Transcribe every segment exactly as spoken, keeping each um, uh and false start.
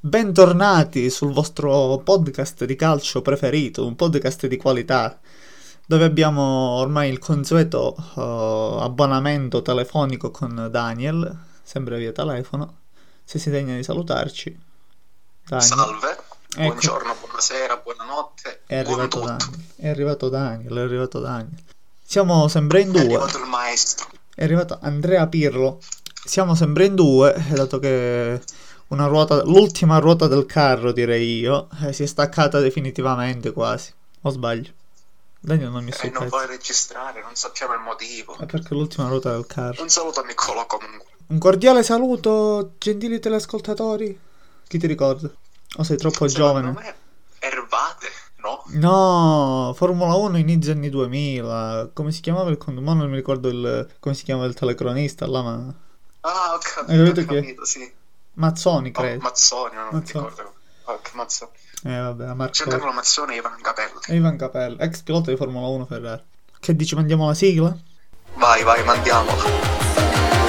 Bentornati sul vostro podcast di calcio preferito, un podcast di qualità, dove abbiamo ormai il consueto uh, abbonamento telefonico con Daniel, sempre via telefono, se si degna di salutarci. Daniel. Salve, Ecco. Buongiorno, buonasera, buonanotte, È arrivato buon tutto. Daniel, è arrivato Daniel, è arrivato Daniel. Siamo sempre in È due, arrivato il maestro. è arrivato Andrea Pirlo. Siamo sempre in due, dato che una ruota, l'ultima ruota del carro, direi io, eh, si è staccata definitivamente quasi. O sbaglio? Daniel non mi E sul non pezzo. vuole registrare, non sappiamo il motivo. È perché è l'ultima ruota del carro. Un saluto a Niccolò comunque. Un cordiale saluto, gentili telescoltatori. Chi ti ricorda? O sei troppo Secondo giovane? me, Ervate, no? No, Formula uno inizia anni duemila. Come si chiamava il conduttore? Non mi ricordo il, come si chiama il telecronista là, ma... Ah, ho Hai capito, capito ho chi è? capito, sì. Mazzoni, Oh, credo. Mazzoni, non mi Mazzoni. ricordo. Oh, che Mazzoni. Eh vabbè, Marco... Giancarlo Mazzoni e Ivan Capelli. E Ivan Capelli, ex pilota di Formula uno Ferrari. Che dici, mandiamo la sigla? Vai, vai, mandiamola.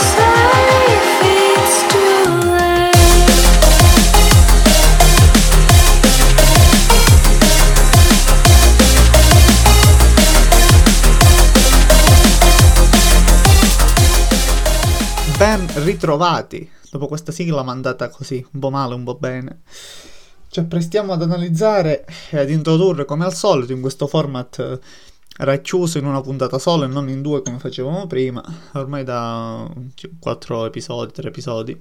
Ben ritrovati dopo questa sigla mandata così, un po' male, un po' bene. Ci apprestiamo ad analizzare e ad introdurre, come al solito, in questo format eh, racchiuso in una puntata sola e non in due come facevamo prima, ormai da quattro episodi, tre episodi,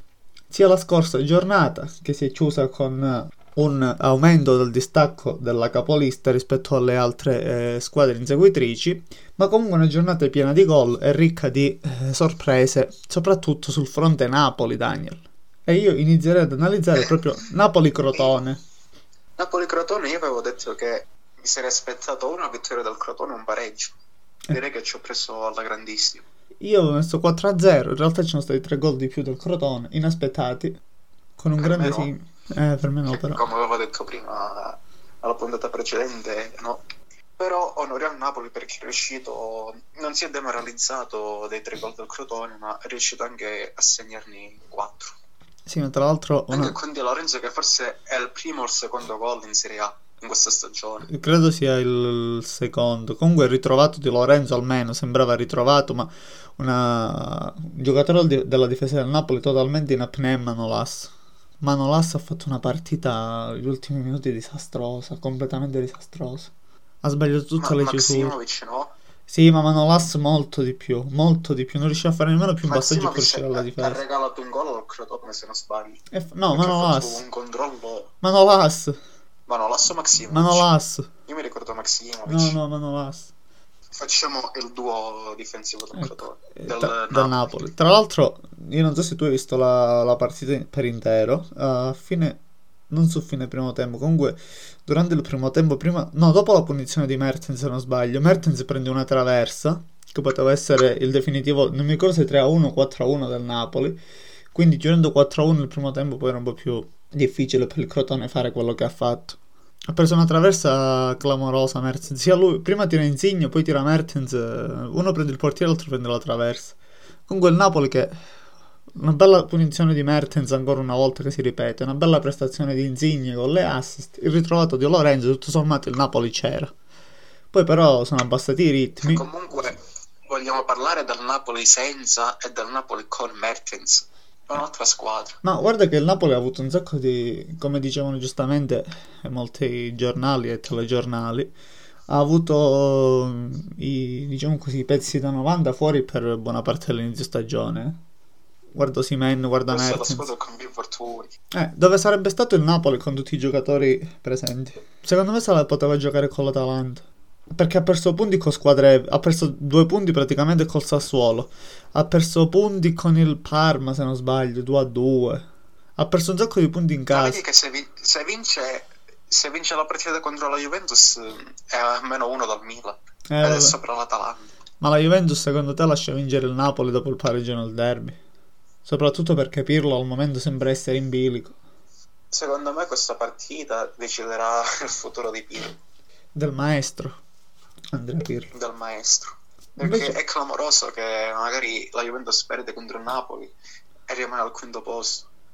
sia la scorsa giornata, che si è chiusa con un aumento del distacco della capolista rispetto alle altre eh, squadre inseguitrici, ma comunque una giornata piena di gol e ricca di eh, sorprese, soprattutto sul fronte Napoli, Daniel. E io inizierei ad analizzare proprio Napoli-Crotone. Napoli-Crotone, io avevo detto che mi sarei aspettato una vittoria del Crotone e un pareggio. Direi che ci ho preso alla grandissima. Io avevo messo quattro a zero, in realtà ci sono stati tre gol di più del Crotone, inaspettati, con un Per grande me no. sì. Eh, per me no, però. Come avevo detto prima alla puntata precedente, no. Però onoriamo Napoli perché è riuscito, non si è demoralizzato dei tre gol del Crotone, ma è riuscito anche a segnarne quattro. Sì, ma tra l'altro una... Anche con Di Lorenzo, che forse è il primo o il secondo gol in Serie A in questa stagione. credo sia il secondo. Comunque il ritrovato di Lorenzo almeno sembrava ritrovato, ma una... un giocatore di- della difesa del Napoli totalmente in apnea, Manolas. Manolas ha fatto una partita gli ultimi minuti disastrosa, completamente disastrosa. Ha sbagliato tutte Ma le chiusure. Maximovic no? Sì, ma Manolas molto di più, molto di più. Non riusciva a fare nemmeno più un passaggio per uscire dalla Maximovic ha difesa. regalato un gol al Crotone, se non sbaglio. E f- no, Perché ha fatto Manolas. un controllo. Manolas. Ma no, lasso Maximovic. Manolas. Io mi ricordo Maximovic. No, no, Manolas. Facciamo il duo difensivo del Ecco, Crotone. eh, Del tra- Napoli. del Napoli. Tra l'altro, io non so se tu hai visto la, la partita per intero. A fine, non su fine primo tempo, comunque durante il primo tempo, prima, no, dopo la punizione di Mertens, se non sbaglio, Mertens prende una traversa che poteva essere il definitivo, non mi ricordo se tre a uno o quattro a uno del Napoli. Quindi chiudendo quattro a uno il primo tempo, poi era un po' più difficile per il Crotone fare quello che ha fatto. Ha preso una traversa clamorosa Mertens, sia lui, prima tira Insigne, poi tira Mertens, uno prende il portiere, l'altro prende la traversa. Comunque il Napoli che, una bella punizione di Mertens ancora una volta che si ripete, una bella prestazione di Insigne con le assist, il ritrovato di Lorenzo, tutto sommato il Napoli c'era. Poi però sono abbassati i ritmi. Comunque vogliamo parlare del Napoli senza e del Napoli con Mertens. È un'altra squadra. Ma guarda che il Napoli ha avuto un sacco di, come dicevano giustamente molti giornali e telegiornali, ha avuto mm, i, diciamo così, i pezzi da novanta fuori per buona parte dell'inizio stagione. Guarda Osimhen, guarda Questa è la Mertens. squadra con più infortuni. Eh, dove sarebbe stato il Napoli con tutti i giocatori presenti? Secondo me se la poteva giocare con l'Atalanta. Perché ha perso punti con squadre. Ha perso due punti praticamente col Sassuolo. Ha perso punti con il Parma, se non sbaglio, due a due. Ha perso un sacco di punti in Ma casa. vedi che se, vi- se vince se vince la partita contro la Juventus è a meno uno dal Milan. Eh, Ed è vabbè. sopra l'Atalanta. Ma la Juventus secondo te lascia vincere il Napoli dopo il pareggio nel derby? Soprattutto perché Pirlo al momento sembra essere in bilico. Secondo me questa partita deciderà il futuro di Pirlo, Del maestro Andrea Pirlo. del maestro. Perché Invece- è clamoroso che magari la Juventus perde contro il Napoli e rimane al quinto posto.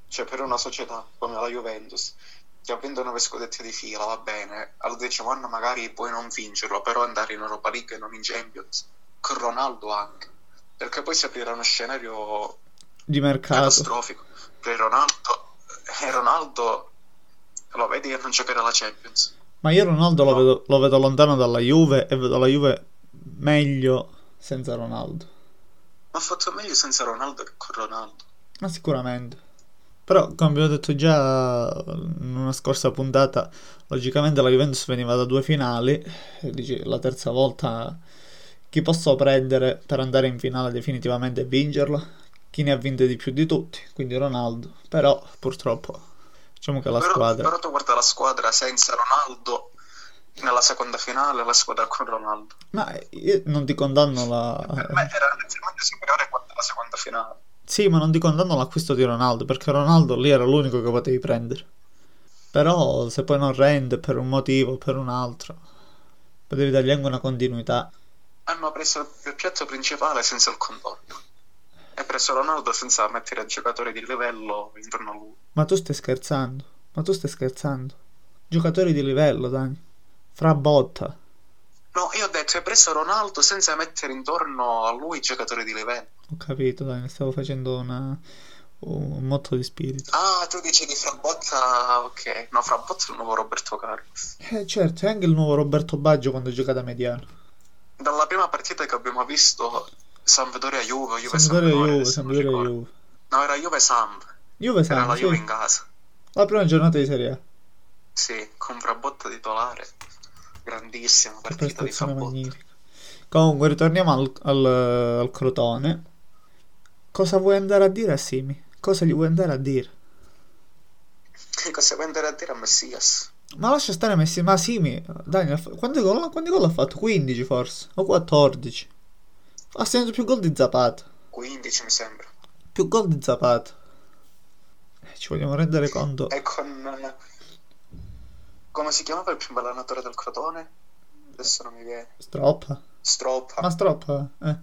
Cioè, per una società come la Juventus, che ha vinto nove scudetti di fila, va bene, al decimo anno magari puoi non vincerlo, però andare in Europa League e non in Champions, con Ronaldo anche, perché poi si aprirà uno scenario Di mercato. catastrofico. Per Ronaldo, e Ronaldo lo vedi che non giocherà la Champions. Ma io Ronaldo lo No. vedo, lo vedo lontano dalla Juve e vedo la Juve meglio senza Ronaldo. Ma ha fatto meglio senza Ronaldo che con Ronaldo. Ma sicuramente. Però, come abbiamo detto già in una scorsa puntata, logicamente la Juventus veniva da due finali, e dici, la terza volta chi posso prendere per andare in finale definitivamente e vincerla? Chi ne ha vinte di più di tutti, quindi Ronaldo. Però, purtroppo, diciamo che la Però, squadra... però tu guarda la squadra senza Ronaldo nella seconda finale, la squadra con Ronaldo. Ma io non ti condanno Per la... me era leggermente superiore quanto alla seconda finale. Sì, ma non ti condanno l'acquisto di Ronaldo, perché Ronaldo lì era l'unico che potevi prendere. Però, se poi non rende per un motivo o per un altro, potevi dargli anche una continuità. Hanno preso il piatto principale senza il contorno. E preso Ronaldo senza mettere giocatori di livello intorno a lui. Ma tu stai scherzando? Ma tu stai scherzando? Giocatori di livello, Dani. Fra botta. No, io ho detto, hai preso Ronaldo senza mettere intorno a lui giocatori di livello. Ho capito, Dani, stavo facendo una... un motto di spirito. Ah, tu dici di Frabotta, ok. No, Frabotta è il nuovo Roberto Carlos. Eh certo, è anche il nuovo Roberto Baggio quando gioca da mediano. Dalla prima partita che abbiamo visto, Sampdoria Juve, Juve Sampdoria Sampdoria, Juve, adesso non Sampdoria ricordo. Juve. No, era Juve Samp. Juve Era Samp, la Juve sì. in casa. La prima giornata di Serie A. Sì, con Frabotta titolare. Grandissima Che partita di prestazione Frabotta. magnifica. Comunque, ritorniamo al, al, al Crotone. Cosa vuoi andare a dire a Simi? Cosa gli vuoi andare a dire? Che cosa vuoi andare a dire a Messias? Ma lascia stare Messi, ma Simi, dai, ha fa- quanti gol, quanti gol ha fatto? quindici forse, o quattordici. Ha segnato più gol di Zapata. quindici mi sembra. Più gol di Zapata. Eh, Ci vogliamo rendere conto. E con... eh, come si chiamava il primo allenatore del Crotone? Adesso non mi viene. Stroppa. Stroppa. Ma Stroppa, eh,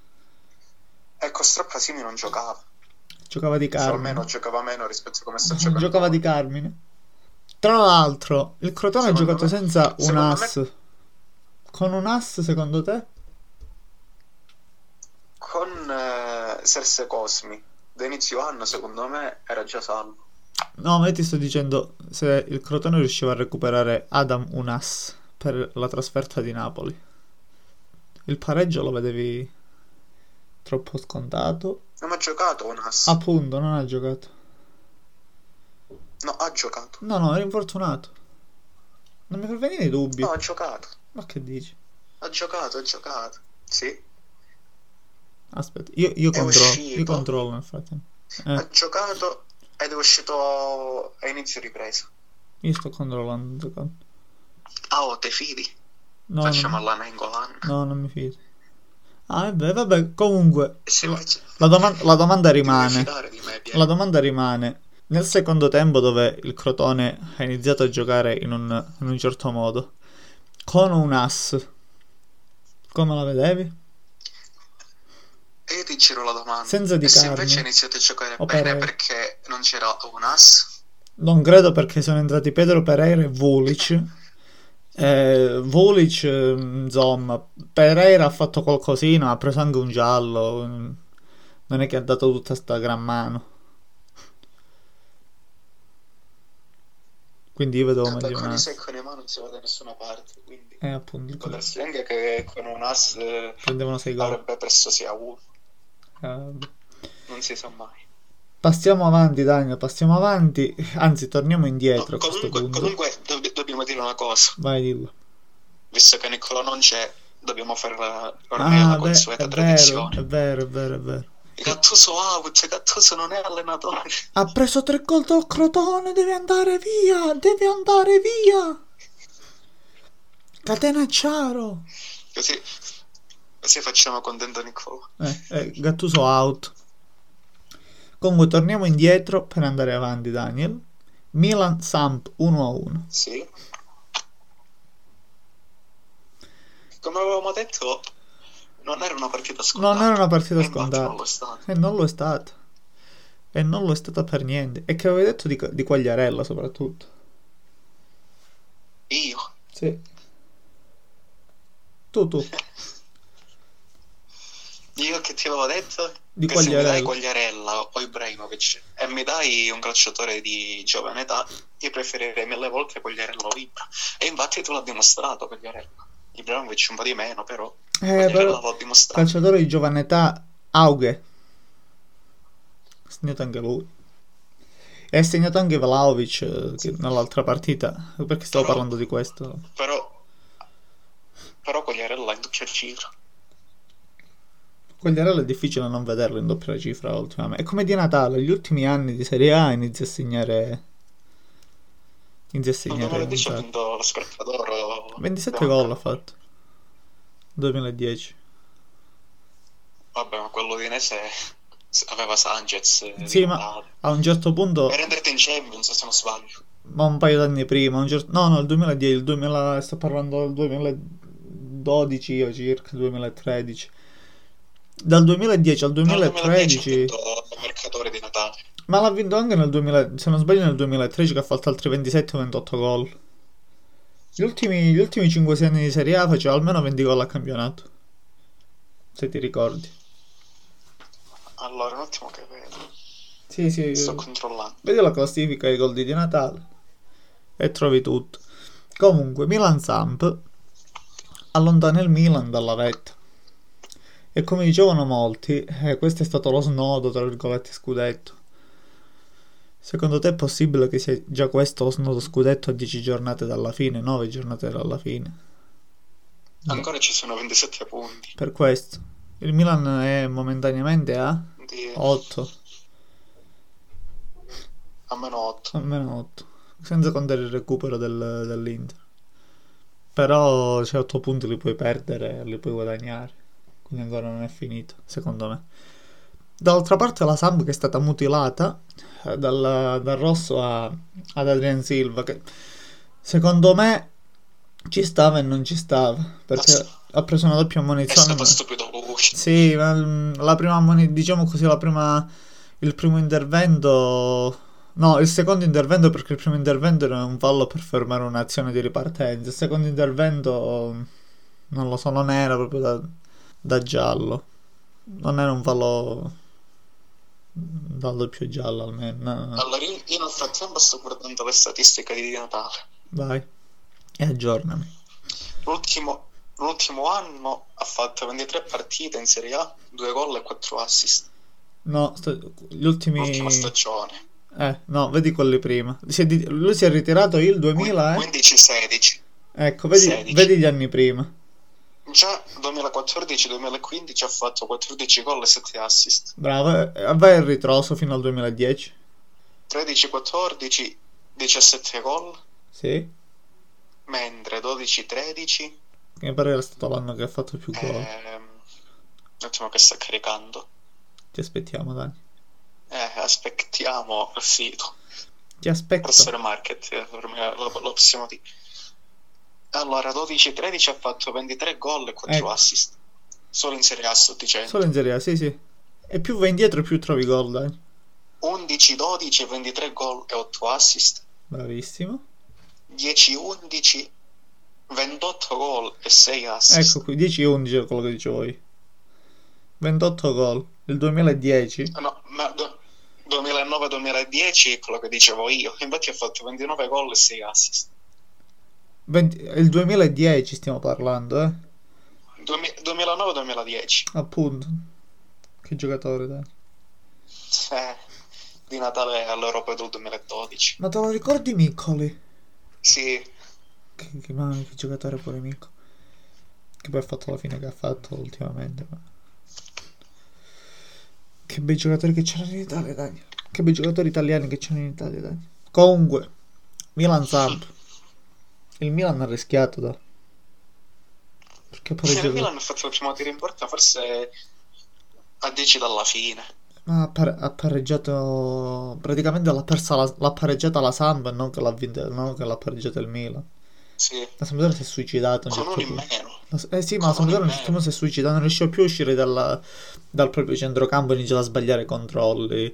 Ecco, Stroppa Simi non giocava. giocava di Cioè, almeno Carmine. giocava meno rispetto a come sta giocando. Giocava di Carmine. Tra l'altro, il Crotone ha Secondo giocato me- senza un secondo ass. Con un ass, secondo te? Con eh, Serse Cosmi. Da inizio anno, secondo me, era già salvo. No, ma io ti sto dicendo se il Crotone riusciva a recuperare Adam Unas per la trasferta di Napoli. Il pareggio lo vedevi troppo scontato. Non ha giocato Unas. Appunto, non ha giocato. No, ha giocato. No, no, era infortunato. Non mi fa venire i dubbi. No, ha giocato. Ma che dici? Ha giocato, ha giocato. Sì. Aspetta, io, io È controllo. uscito. Io controllo nel frattempo. Ha Eh, giocato ed è uscito a inizio ripresa. io sto controllando un secondo. Ah, oh, te fidi? No, Facciamo non, alla Nengolan. no, non mi fido. Ah, vabbè, vabbè, comunque. E se La, invece la doman- la domanda ti vuoi rimane. fidare di me, Piero? La domanda rimane, nel secondo tempo dove il Crotone ha iniziato a giocare in un, in un certo modo, con un ass, come la vedevi? E io ti giro la domanda. Senza Di E se Carmine invece hai iniziato a giocare o bene Pereira? perché non c'era un as? Non credo perché sono entrati Pedro Pereira e Vulic. Eh, Vulic, eh, insomma, Pereira ha fatto qualcosina, ha preso anche un giallo, mm, non è che ha dato tutta sta gran mano. Quindi io vedevo Vabbè, meglio con un i ass. sei e con i ma non si va da nessuna parte, quindi Eh, appunto, può darsi anche che con un as eh, prendevano sei gol. avrebbe perso sia uno, Eh, vabbè. non si sa mai. Passiamo avanti, Daniel, passiamo avanti. Anzi, torniamo indietro No, a questo comunque, punto. comunque dobb- dobbiamo dire una cosa, Vai, dillo. visto che Niccolò non c'è, dobbiamo fare la, ormai la Ah, beh, consueta è vero, tradizione. è vero, è vero, è vero. Gattuso out, Gattuso non è allenatore. Ha preso tre gol dal Crotone, deve andare via, deve andare via. Catenacciaro. Così, così facciamo contento Niccolò. Eh, eh, Gattuso out. Comunque torniamo indietro per andare avanti, Daniel. Milan Samp uno a uno. Sì. Come avevamo detto, non era una partita scontata. Non era una partita E infatti non scontata. lo è stato. E non lo è stata. E non lo è stata per niente. E che avevi detto di, di Quagliarella soprattutto. Io? Sì. Tu, tu. Io che ti avevo detto? Di Che se mi dai Quagliarella. Quagliarella o Ibrahimovic e mi dai un calciatore di giovane età, io preferirei mille volte Quagliarella o Ibra. E infatti tu l'ha dimostrato Quagliarella. Ibrahimovic un po' di meno, però Eh, Quagliarella però, l'ha dimostrato. calciatore di giovane età, Auge. Ha segnato anche lui. E ha segnato anche Vlahovic eh, che nell'altra partita. Perché stavo Però, parlando di questo? però, però Quagliarella è in doppia cifra. Quagliarella è difficile non vederlo in doppia cifra ultimamente. È come Di Natale, gli ultimi anni di Serie A inizia a segnare. Inizia a Nel segnare un duemiladieci ha sacco. vinto lo Scarpa d'Oro. ventisette gol ha fatto. duemiladieci. Vabbè, ma quello di Nese aveva Sanchez, eh, Sì, Di ma Natale. a un certo punto, Per renderti in Champions, se non sbaglio. ma un paio d'anni prima, un certo- no, no, il duemiladieci, il duemila, sto parlando del duemiladodici io circa, duemilatredici. Dal duemiladieci al Nel duemiladodici ha duemilatredici, vinto il Mercatore di Natale. ma l'ha vinto anche nel duemila, se non sbaglio nel duemilatredici che ha fatto altri ventisette o ventotto gol. Gli ultimi, gli ultimi cinque sei anni di Serie A faceva almeno venti gol a campionato, se ti ricordi. Allora, un attimo che vedo. Sì, sì, Sto controllando. vedi la classifica dei gol di Di Natale e trovi tutto. Comunque, Milan-Samp allontana il Milan dalla vetta. E come dicevano molti, eh, questo è stato lo snodo, tra virgolette, scudetto. Secondo te è possibile che sia già questo lo snodo scudetto a dieci giornate dalla fine, nove giornate dalla fine? No. Ancora ci sono ventisette punti. Per questo. Il Milan è momentaneamente a Di... otto, a meno otto. almeno otto, senza contare il recupero del- dell'Inter. Però c'è otto punti li puoi perdere e li puoi guadagnare. Quindi ancora non è finito, secondo me. Dall'altra parte la Samp che è stata mutilata eh, dal, dal rosso a- ad Adrian Silva, che secondo me ci stava e non ci stava, perché Mazza. ha preso una doppia È ammonizione. stato ma- stupido lui. Sì, ma mm, la prima ammoni- diciamo così, la prima, il primo intervento, no, il secondo intervento perché il primo intervento era un fallo per fermare un'azione di ripartenza, il secondo intervento, mm, non lo so, non era proprio da, da giallo, non era un fallo dal doppio giallo almeno, no, no. Allora, io, io nel frattempo sto guardando le statistiche di Di Natale. Vai, e aggiornami. L'ultimo, l'ultimo anno ha fatto ventitré partite in Serie A, due gol e quattro assist. No, sto- gli ultimi, L'ultima stagione. eh, no, vedi quelli prima. Si è di- lui si è ritirato il duemila, eh? quindici sedici. Ecco, vedi, sedici. vedi gli anni prima. Già duemilaquattordici duemilaquindici ha fatto quattordici gol e sette assist. Bravo, eh, vai al ritroso fino al duemiladieci. tredici quattordici diciassette gol, Sì, mentre dodici tredici. che mi pare era stato l'anno che ha fatto più gol. Ehm, un attimo che sta caricando. Ti aspettiamo, Dani. Eh, aspettiamo il sito. Ti aspetto. Transfer Market, eh, per me lo, lo possiamo dire. Allora, dodici tredici ha fatto ventitré gol e quattro Ecco. assist. Solo in Serie A sto dicendo. Solo in Serie A, sì, sì. E più vai indietro più trovi gol, Dani. undici dodici ventitré gol e otto assist. Bravissimo. dieci undici ventotto gol e sei assist. Ecco qui, dieci undici è quello che dicevo io. ventotto gol. Il duemiladieci. No, ma do- duemilanove duemiladieci è quello che dicevo io. Infatti ha fatto ventinove gol e sei assist. venti il duemiladieci stiamo parlando, eh. Duemi- duemilanove duemiladieci. Appunto. Che giocatore, Dani. Eh, di Natale all'Europa del duemiladodici. Ma te lo ricordi Miccoli? Sì, Che, che, mamma mia, che giocatore pure Miccoli. Che poi ha fatto la fine che ha fatto ultimamente. Ma... Che bei giocatori che c'erano in Italia, Dani. Che bei giocatori italiani che c'erano in Italia, Dani. Comunque, Milan-Samp. Il Milan ha rischiato, da. Perché ha il pareggiato. Milan ha fatto il primo tiro in porta forse a dieci dalla fine. Ma ha, pare- ha pareggiato. Praticamente l'ha persa la, l'ha pareggiata la Samp e non che l'ha vinta, non che l'ha pareggiata il Milan. Sì, La Sampdoria si è suicidato a un con certo uno in punto. meno. La- Eh sì, ma la Con uno Sampdoria a in un certo meno. punto si è suicidato, non riusciva più a uscire dalla- dal proprio centrocampo, iniziava a sbagliare i controlli.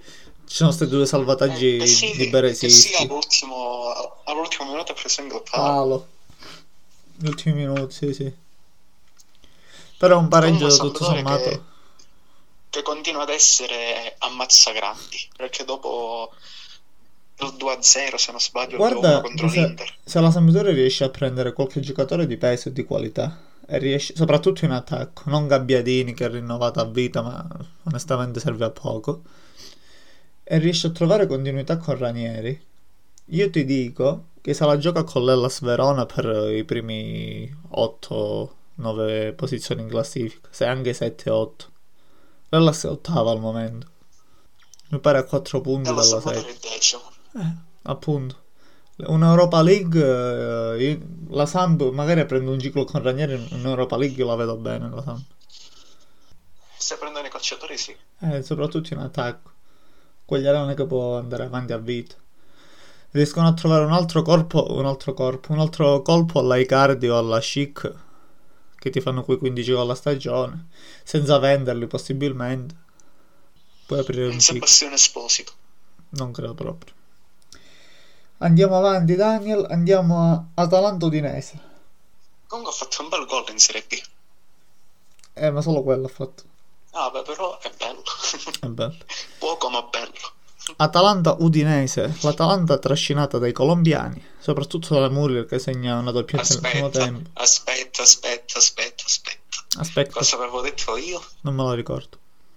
Ci sono stati due Eh, salvataggi eh sì, di che sì, Beresischi. all'ultimo, all'ultimo minuto ha preso anche il palo. Palo. Gli ultimi minuti, sì, sì. Però un Comunque pareggio tutto Sampdoria sommato. che, che continua ad essere ammazzagrandi, perché dopo il due a zero, se non sbaglio, il due a uno Guarda che contro se, l'Inter, se la Sampdoria riesce a prendere qualche giocatore di peso e di qualità, e riesce, soprattutto in attacco, non Gabbiadini che è rinnovato a vita, ma onestamente serve a poco, e riesce a trovare continuità con Ranieri, io ti dico che se la gioca con l'Hellas Verona per i primi otto nove posizioni in classifica, se anche sette otto. L'Hellas è ottava al momento, mi pare a quattro e punti la dalla Sampdoria sette. è decimo. Eh, appunto. Un'Europa League, eh, io- la Samp magari prende un ciclo con Ranieri, un'Europa League io la vedo bene, la Samp. Se prendono i calciatori, sì. Eh, soprattutto in attacco. Quegli allenani che può andare avanti a vita. Riescono a trovare un altro corpo, un altro corpo, un altro colpo alla Icardi o alla Chic, che ti fanno quei quindici gol alla stagione, senza venderli possibilmente. Puoi aprire Un un ciclo. Sebastiano Esposito. Non credo proprio. Andiamo avanti, Daniel, andiamo a Atalanta Udinese. Comunque ha fatto un bel gol in Serie B. Eh, ma solo quello ha fatto. Ah, beh, però è bello. È bello. Poco ma bello. Atalanta Udinese, l'Atalanta trascinata dai colombiani, soprattutto da Muriel che segna una doppietta nel primo Aspetta, tempo. aspetta, aspetta, aspetta, aspetta. Aspetta, Cosa avevo detto io? non me lo ricordo.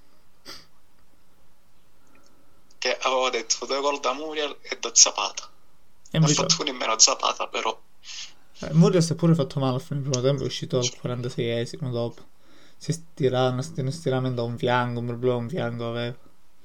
Che avevo detto due gol da Muriel e da Zapata. E Ne ha invece fatto uno in meno a Zapata, però. eh, Muriel si è pure fatto male al fine del primo tempo, è uscito al quarantaseiesimo dopo. Si stira, uno st- uno stiramento a un fianco, un problema a un fianco aveva.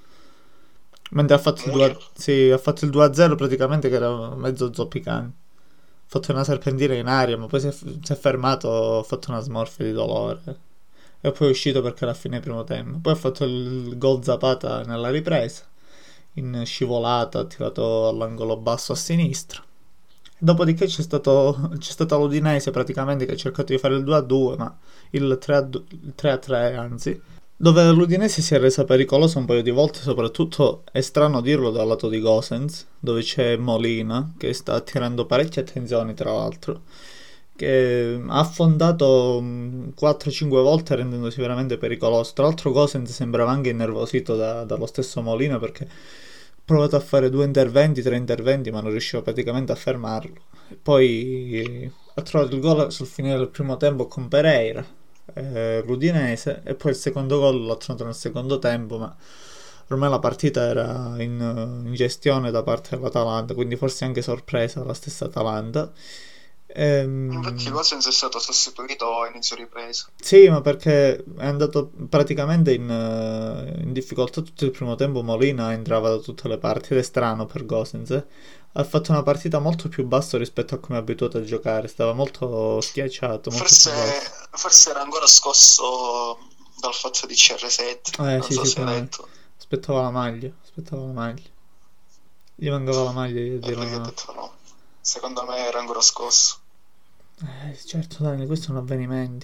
Mentre ha fatto il due a... Muriel. sì, ha fatto il due a zero praticamente che era mezzo zoppicante. Ha fatto una serpentina in aria, ma poi si è, si è fermato, ha fatto una smorfia di dolore. E poi è uscito perché era a fine primo tempo. Poi ha fatto il gol Zapata nella ripresa, in scivolata, ha tirato all'angolo basso a sinistra. Dopodiché c'è stato c'è stata l'Udinese praticamente che ha cercato di fare il due a due, ma il tre a due, il tre a tre anzi, dove l'Udinese si è resa pericolosa un paio di volte, soprattutto è strano dirlo dal lato di Gosens, dove c'è Molina che sta attirando parecchie attenzioni tra l'altro, che ha affondato mm, quattro cinque volte rendendosi veramente pericoloso. Tra l'altro Gosens sembrava anche innervosito da- dallo stesso Molina perché ha provato a fare due interventi, tre interventi, ma non riusciva praticamente a fermarlo. E poi eh, ha trovato il gol sul finire del primo tempo con Pereira, eh, l'Udinese, e poi il secondo gol l'ha trovato nel secondo tempo, ma ormai la partita era in, in gestione da parte dell'Atalanta, quindi forse anche sorpresa la stessa Atalanta. Infatti Ehm, Gosens è stato sostituito a inizio ripresa. sì, ma perché è andato praticamente in, eh, in difficoltà tutto il primo tempo. Molina entrava da tutte le parti ed è strano per Gosens. eh. Ha fatto una partita molto più bassa rispetto a come è abituato a giocare. Stava molto schiacciato, molto più Forse, basso. forse era ancora scosso dal fatto di C R sette. Eh Non sì, so se hai sicuramente. detto. Aspettava la maglia. Aspettava la maglia. Gli mancava la maglia di E dire lui ha una... detto no. Secondo me era ancora scosso. Eh, certo, Dani, questi sono avvenimenti.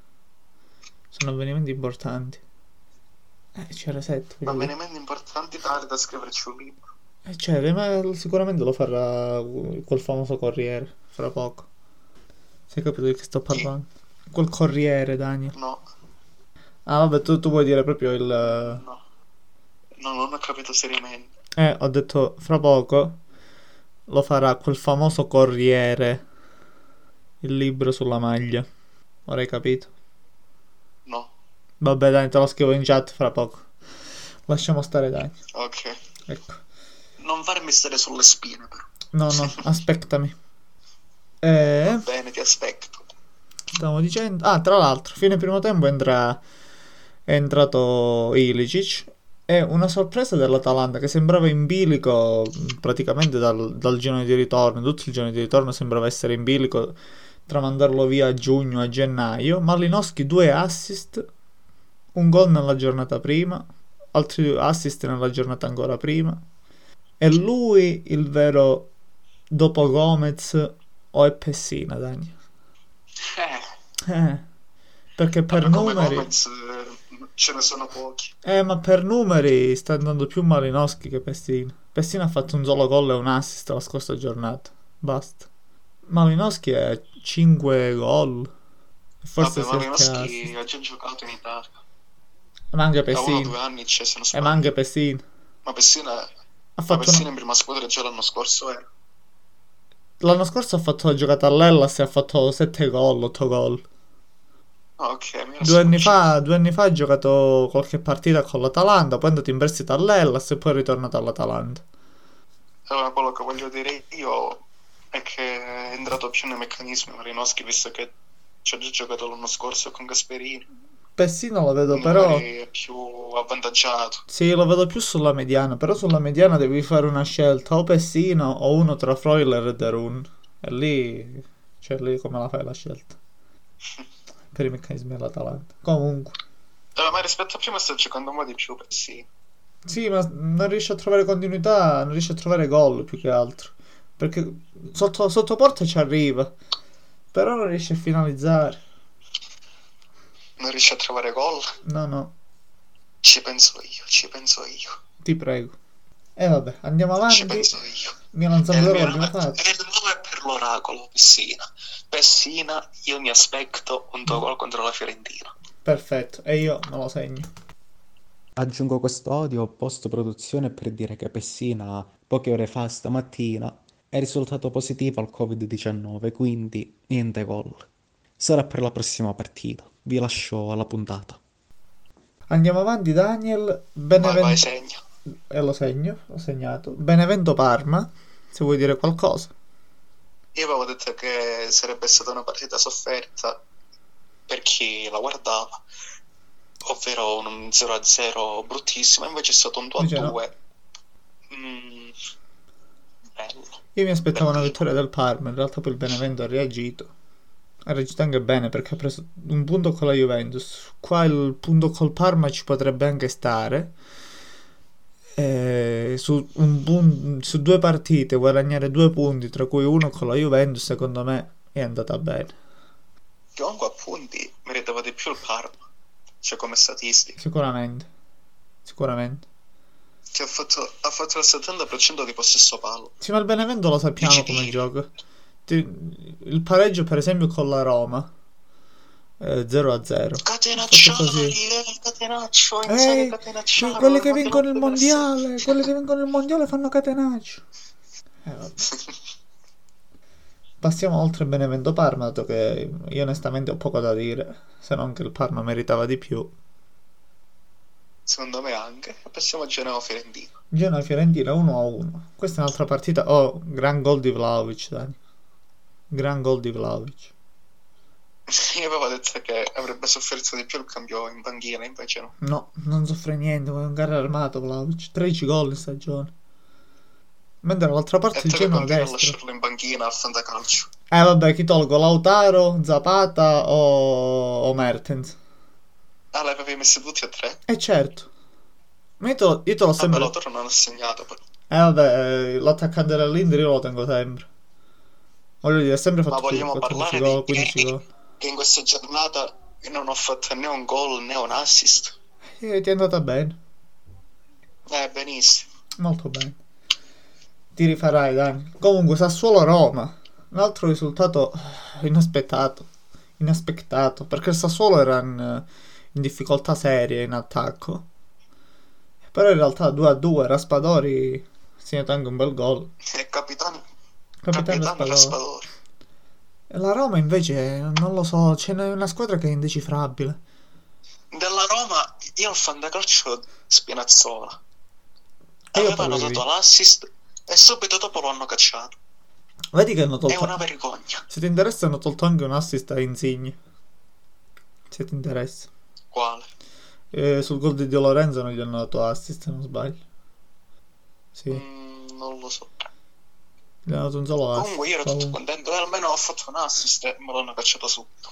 Sono avvenimenti importanti. Eh, c'era sette, voglio dire. Avvenimenti importanti tali da scriverci un libro. Eh, cioè, ma sicuramente lo farà quel famoso Corriere fra poco. Sai capito di che sto Chi? parlando? Quel Corriere, Daniel. No. Ah, vabbè, tu, tu vuoi dire proprio il... No. No, non ho capito seriamente. Eh, ho detto fra poco lo farà quel famoso Corriere, il libro sulla maglia. Ora hai capito? No. Vabbè, dai, te lo scrivo in chat fra poco. Lasciamo stare, dai. Ok. Ecco. Non farmi stare sulle spine, però. No, no, aspettami. Va Eh, bene, ti aspetto. stavo dicendo... Ah, tra l'altro, fine primo tempo entra... è entrato Ilicic. È una sorpresa dell'Atalanta che sembrava in bilico mh, praticamente dal, dal girone di ritorno. Tutto il girone di ritorno sembrava essere in bilico tra mandarlo via a giugno, a gennaio. Malinowski due assist, un gol nella giornata prima, altri due assist nella giornata ancora prima. È lui il vero dopo Gomez o è Pessina, Dani? Eh. Eh, perché per Vabbè, come numeri... Gomez, eh, ce ne sono pochi. Eh, ma per numeri sta andando più Malinowski che Pessina. Pessina ha fatto un solo gol e un assist la scorsa giornata. Basta. Malinowski è cinque gol. Forse Vabbè, sette Malinowski assist. ha già giocato in Italia. Ma anche Da uno o due Pessina. anni c'è, se non E ma anche sbaglio. Pessina. Ma Pessina, Ha ma fatto Pessina una... in prima squadra già l'anno scorso era. L'anno scorso ha fatto la giocata all'Hellas e ha fatto sette gol, otto gol. Ah, ok, mi era Due anni sfuggito. fa, due anni fa ha giocato qualche partita con l'Atalanta, poi è andato in prestito all'Hellas e poi è ritornato all'Atalanta. Allora, quello che voglio dire io è che è entrato più nei meccanismi Malinowski, visto che ci ha già giocato l'anno scorso con Gasperini. Pessino lo vedo Quindi però... magari è più avvantaggiato. Sì, lo vedo più sulla mediana, però sulla mediana devi fare una scelta, o Pessino o uno tra Freuler e Derun. E lì... Cioè lì come la fai la scelta? Per i meccanismi dell'Atalanta. Comunque... Eh, ma rispetto a prima sta giocando un po' di più, sì. Sì, ma non riesce a trovare continuità, non riesce a trovare gol più che altro. Perché sotto, sotto porta ci arriva, però non riesce a finalizzare. Non riesce a trovare gol? No, no, Ci penso io, ci penso io. ti prego. E vabbè, andiamo Ci avanti. penso io. Milan E il Sampdoria mio l'abbiamo nome, fatto. e il nome per l'oracolo, Pessina. Pessina, io mi aspetto un tuo gol contro la Fiorentina. Perfetto, e io me lo segno. Aggiungo questo audio post produzione per dire che Pessina poche ore fa stamattina è risultato positivo al covid diciannove, quindi niente gol. Sarà per la prossima partita. Vi lascio alla puntata. Andiamo avanti, Daniel. Vai, vai, Benevento... segna. E lo segno, l'ho segnato. Benevento Parma, se vuoi dire qualcosa. Io avevo detto che sarebbe stata una partita sofferta per chi la guardava, ovvero un zero a zero bruttissimo, invece è stato un Invece no. due a due. Mm, bello. Io mi aspettavo una Bellino. vittoria del Parma, in realtà poi il Benevento ha reagito. Ha reagito anche bene perché ha preso un punto con la Juventus. Qua il punto col Parma ci potrebbe anche stare. E su, un pun- su due partite guadagnare due punti, tra cui uno con la Juventus, secondo me è andata bene. Comunque a punti meritava di più il Parma, cioè come statistica, Sicuramente. Sicuramente. che ha fatto, ha fatto il settanta per cento di possesso palla. Sì, ma il Benevento lo sappiamo Dici come tiri. gioca. Ti- Il pareggio, per esempio, con la Roma, eh, zero a zero. Catenaccioli, Fatto così. eh, Catenaccio, Inzaghi Ehi, Catenacciolo, che- quelli che ma vincono il non deve mondiale, essere- quelli che vincono il mondiale fanno catenaccio. Eh, vabbè. Passiamo oltre Benevento Parma, dato che io onestamente ho poco da dire, se non che il Parma meritava di più. Secondo me anche. Passiamo a Genova Fiorentina. Genoa Fiorentina uno a uno. Questa è un'altra partita. Oh, gran gol di Vlahovic, Dani. Gran gol di Vlahovic. Io avevo detto che avrebbe sofferto di più il cambio in panchina, invece no. No, non soffre niente, come un carro armato Vlahovic. tredici gol in stagione. Mentre dall'altra E parte il te che Genoa a continui a destra. lasciarlo in panchina al fantacalcio. Eh vabbè, chi tolgo? Lautaro, Zapata o, o Mertens? Ah, li avevi messi tutti e tre? Eh certo. Ma io te lo, io te l'ho Vabbè, sempre... Lautaro non ha segnato però. Eh vabbè, eh, l'attaccante dell'Inter io lo tengo sempre. Voglio dire, ha sempre Ma fatto vogliamo quattordici parlare gol, di quindici Kenny, gol. che in questa giornata non ho fatto né un gol né un assist. Eh, ti è andata bene, Eh, benissimo. molto bene. Ti rifarai, Dani. Comunque, Sassuolo-Roma. Un altro risultato inaspettato. Inaspettato. Perché il Sassuolo era in, in difficoltà serie in attacco. Però in realtà due a due Raspadori ha segnato anche un bel gol. E capitano, Capitano capitano Raspadori. Raspadori. E la Roma invece, non lo so, c'è una squadra che è indecifrabile. Della Roma, io al fantacalcio Spinazzola. E io Avevano Pellegrini. dato l'assist e subito dopo lo hanno cacciato. Vedi che hanno È tolto... una vergogna. Se ti interessa hanno tolto anche un assist a Insigne. Se ti interessa. Quale? E sul gol di Di Lorenzo non gli hanno dato assist, se non sbaglio. Sì, Mm, non lo so. gli hanno dato un solo assist. Comunque io ero tutto Comunque. contento e almeno ho fatto un assist e me l'hanno cacciato subito.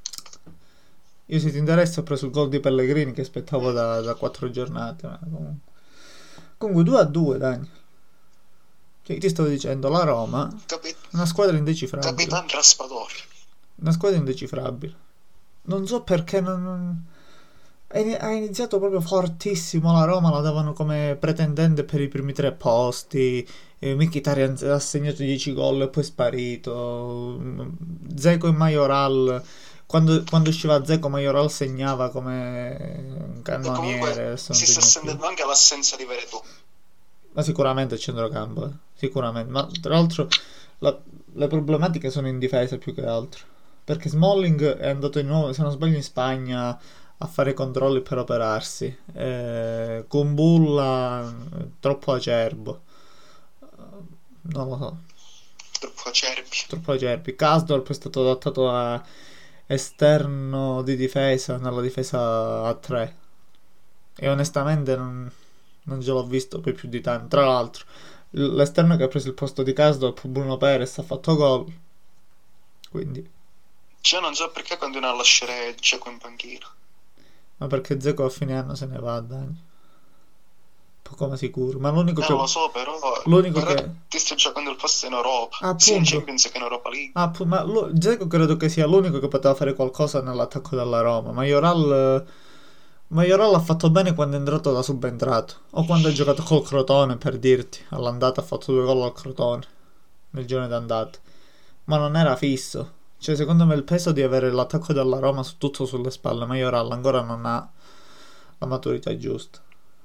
Io se ti interessa ho preso il gol di Pellegrini che aspettavo da, da quattro giornate. Ma comunque. Comunque due a due, Dani. Che ti stavo dicendo, la Roma, Capi- una squadra indecifrabile. Capitan Raspadori. Una squadra indecifrabile. Non so perché non... non- Ha ini- ha iniziato proprio fortissimo, la Roma la davano come pretendente per i primi tre posti, eh, Mkhitaryan ha segnato dieci gol e poi è sparito, Dzeko e Majoral, quando, quando usciva Dzeko Majoral segnava come un E cannoniere, comunque adesso non si sta segna più. sentendo anche l'assenza di Veretù. Ma sicuramente il centrocampo, eh, sicuramente, ma tra l'altro la- le problematiche sono in difesa più che altro, perché Smalling è andato di nuovo, se non sbaglio, in Spagna a fare i controlli per operarsi. Eh, Kumbulla eh, troppo acerbo. Eh, Non lo so, Troppo acerbi. troppo acerbi. Kasdorp è stato adattato a esterno di difesa nella difesa a tre e onestamente non, non ce l'ho visto poi più di tanto. Tra l'altro, l- l'esterno che ha preso il posto di Kasdorp, Bruno Perez, ha fatto gol. Quindi, Cioè non so perché continua a lasciare Dzeko in panchina. ma perché Dzeko a fine anno se ne va a Dagni? Poco ma sicuro. Ma l'unico Eh, che. lo so, però, L'unico però che. ti stai giocando il posto in Europa, sia in Appunto. Champions che in Europa League. Ah, pu- ma lo- Dzeko credo che sia l'unico che poteva fare qualcosa nell'attacco della Roma. Majoral. Majoral ha fatto bene quando è entrato da subentrato. O quando ha giocato col Crotone, per dirti. All'andata ha fatto due gol al Crotone. Nel giorno d'andata. Ma non era fisso. Cioè, secondo me il peso di avere l'attacco della Roma su tutto sulle spalle. Majoral ancora non ha la maturità giusta.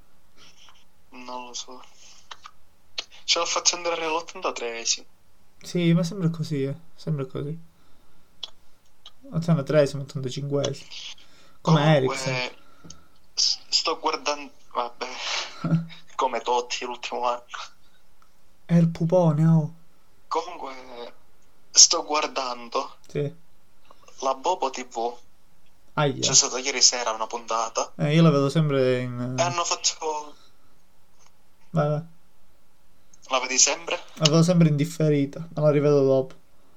Non lo so. Ce l'ha fatto andare all'ottantatreesimo. Sì, ma sembra così, eh. Sembra così. ottantatreesimo, ottantacinquesimo. Come Eriksen. Comunque, s- sto guardando, vabbè, come Totti l'ultimo anno. È il pupone, oh. Comunque, sto guardando Sì. la Bobo T V. Aia. C'è stata ieri sera una puntata Eh, io la vedo sempre in... e hanno fatto... Vai, vai. La vedi sempre? La vedo sempre in differita, ma la rivedo dopo.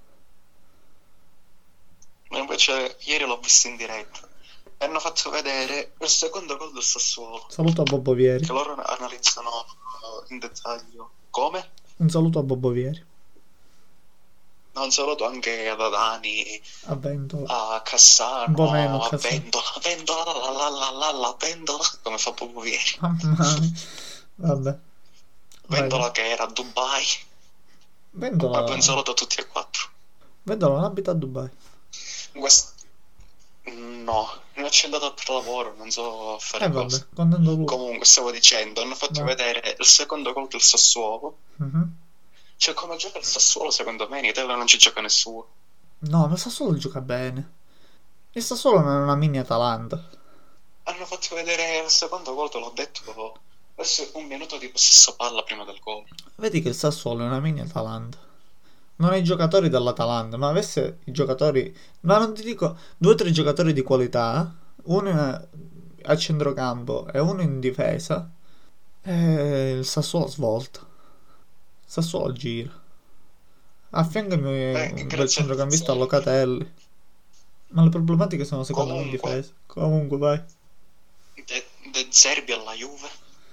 Ma invece ieri l'ho vista in diretta. E hanno fatto vedere il secondo gol del Sassuolo. Saluto a Bobbo Vieri. Che loro analizzano eh, in dettaglio. Come? Un saluto a Bobbo Vieri. Un saluto anche ad Adani, A Ventola. a Cassano, Un po' meno, a Cassano. Vendola, Vendola, la la la la la Vendola, come fa proprio ieri. Mamma mia. Vabbè. Vai, Vendola vai. che era a Dubai. Ventola... Proprio un saluto a tutti e quattro. Ventola non abita a Dubai. Quest- No, non ci è andato per lavoro, non so fare Eh cosa. vabbè, contento lui. Comunque, stavo dicendo, hanno fatto Vai. vedere il secondo gol del Sassuolo. Mhm. Cioè, come gioca il Sassuolo, secondo me in Italia non ci gioca nessuno. No, ma il Sassuolo gioca bene. Il Sassuolo non è una mini Atalanta. Hanno fatto vedere il secondo gol, te l'ho detto, adesso un minuto di possesso palla prima del gol. Vedi che il Sassuolo è una mini Atalanta. Non ha i giocatori dell'Atalanta, ma avesse i giocatori... Ma non ti dico, due o tre giocatori di qualità, uno a centrocampo e uno in difesa, e il Sassuolo svolta. Il Sassuolo gira. Affiancami Eh, un bel grazie a centrocampista a Zerbi. Locatelli. Ma le problematiche sono secondo me in Comunque, difesa. Comunque, vai. De, De Zerbi alla Juve.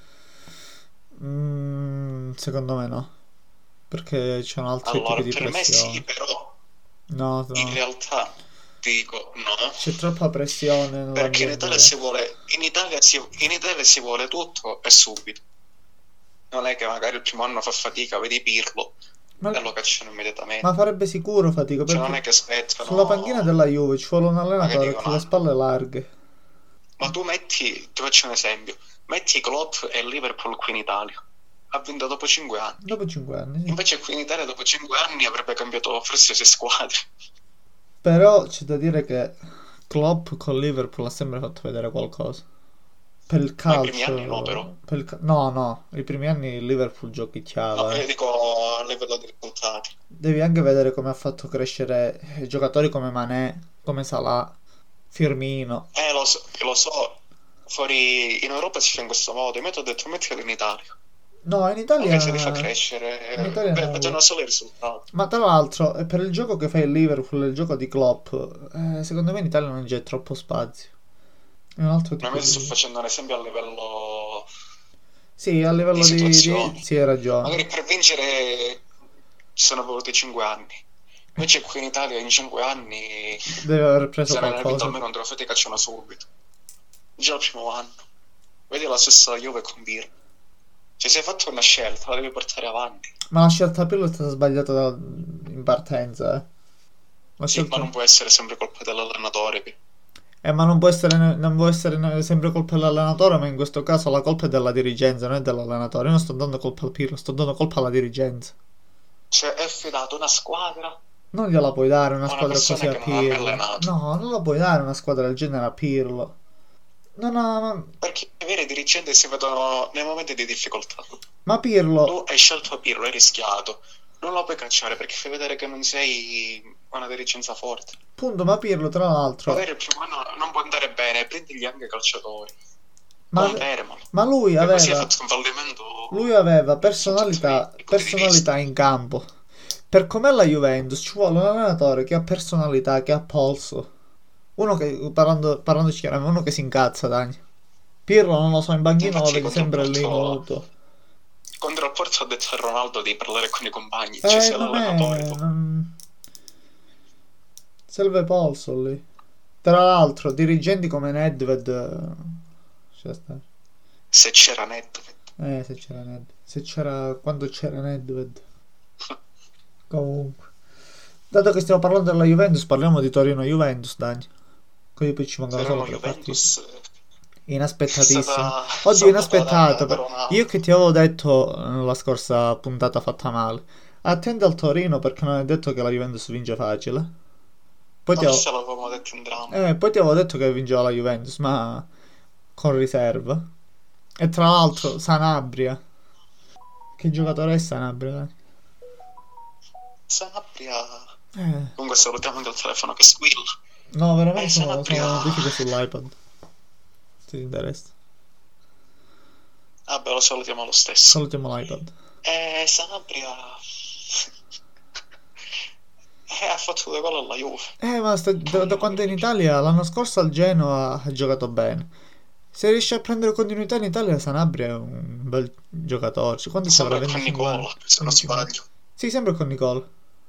Mm, secondo me no. Perché c'erano altri Allora, tipi di per me sì, pressione. però No, in no. realtà dico no. C'è troppa pressione Perché in nell'ambiente. Italia si vuole, in Italia si, in Italia si vuole tutto e subito. Non è che magari il primo anno fa fatica, vedi Pirlo Ma, e lo cacciano immediatamente. ma farebbe sicuro fatica Cioè non perché è che aspettano, sulla panchina della Juve ci vuole un magari allenatore dicono con le no. spalle larghe. Ma tu metti, ti faccio un esempio, metti Klopp e il Liverpool qui in Italia. Ha vinto dopo cinque anni. Dopo cinque anni, sì. Invece qui in Italia dopo cinque anni avrebbe cambiato forse sei squadre. Però c'è da dire che Klopp con Liverpool ha sempre fatto vedere qualcosa. Per il Ma i primi anni no, calcio... però. per il ca- No, no, i primi anni il Liverpool No, giochicchiava, io eh. dico a livello di risultati. Devi anche vedere come ha fatto crescere eh, giocatori come Mané, come Salah, Firmino. Eh, lo so, lo so, fuori in Europa si fa in questo modo. Io ti ho detto mettilo in Italia. No, in Italia... Anche se li fa crescere, In Italia beh, no. vedono solo i risultati. Ma tra l'altro, eh, per il gioco che fa il Liverpool, il gioco di Klopp, eh, secondo me in Italia non c'è troppo spazio. È un altro Ma tipo io sto di... facendo un esempio a livello Sì, a livello di di... di... situazioni. Sì, hai ragione. Magari per vincere ci sono voluti cinque anni. Invece qui in Italia in cinque anni, Deve aver preso se non hai vinto qualcosa. almeno un trofeo ti cacciano subito. già il primo anno. Vedi la stessa Juve con Pirlo. Cioè, se hai fatto una scelta, la devi portare avanti. Ma la scelta Pirlo è stata sbagliata da- in partenza, eh. La Sì, ma scelta... non può essere sempre colpa dell'allenatore. Pi. Eh, ma non può essere, ne- non può essere ne- sempre colpa dell'allenatore, ma in questo caso la colpa è della dirigenza, non è dell'allenatore. Io non sto dando colpa al Pirlo, sto dando colpa alla dirigenza. Cioè, è affidato una squadra Non gliela puoi dare una a una squadra così persona a che non ha mai Pirlo. allenato. No, non la puoi dare una squadra del genere a Pirlo. Non ha... Perché i veri dirigenti si vedono nei momenti di difficoltà. Ma Pirlo... Tu hai scelto Pirlo, hai rischiato. Non lo puoi cacciare perché fai vedere che non sei una dirigenza forte. Punto, ma Pirlo tra l'altro... Magari il primo anno non può andare bene, prendigli anche i calciatori. Ma, Confermalo. ma lui E così hai aveva... fatto un fallimento. Lui aveva personalità, Tutti i punti di personalità in campo. Per com'è la Juventus ci vuole un allenatore che ha personalità, che ha polso. Uno che, parlando, parlandoci chiaramente, uno che si incazza, Dani. Pirlo non lo so, in banchina lo Infatti, vedi contro sempre il lì Porto- muto. Contro il Porto ho detto a Ronaldo di parlare con i compagni. Cioè, Eh, sia non l'allenatore. è... tu. Non... Serve polso lì. Tra l'altro, dirigenti come Nedved... eh, lascia stare. Se c'era Nedved. Eh, se c'era Nedved. Se c'era... Quando c'era Nedved. Comunque. Dato che stiamo parlando della Juventus, parliamo di Torino-Juventus, Dani. Così poi ci mancano solo Torino tre partite. Juventus. Inaspettatissimo. Stata- Oddio, stata inaspettato. da- da per- Ronaldo. Io che ti avevo detto nella scorsa puntata fatta male. Attenti al Torino perché non è detto che la Juventus vince facile. Poi ti Ma avevo... questo l'avevamo detto entrambi. Eh, poi ti avevo detto che vinceva la Juventus, ma con riserva. E tra l'altro Sanabria. Che giocatore è Sanabria? Dani? Sanabria. Eh, Comunque salutiamo anche il telefono che squilla. no, veramente Eh, sono, sono Sanabria. notifiche sull'iPad. Se ti interessa. Vabbè, lo salutiamo lo stesso. Salutiamo l'iPad. Eh, Sanabria. Eh, ha fatto due gol alla Juve. Eh, ma sta- da, da quando è in Italia, l'anno scorso al Genoa ha giocato bene. Se riesce a prendere continuità in Italia, Sanabria è un bel giocatore. Cioè, quanti ci avrà? Sempre con venticinque Nicola, anni? se non sbaglio. Sì, sempre con Nicola.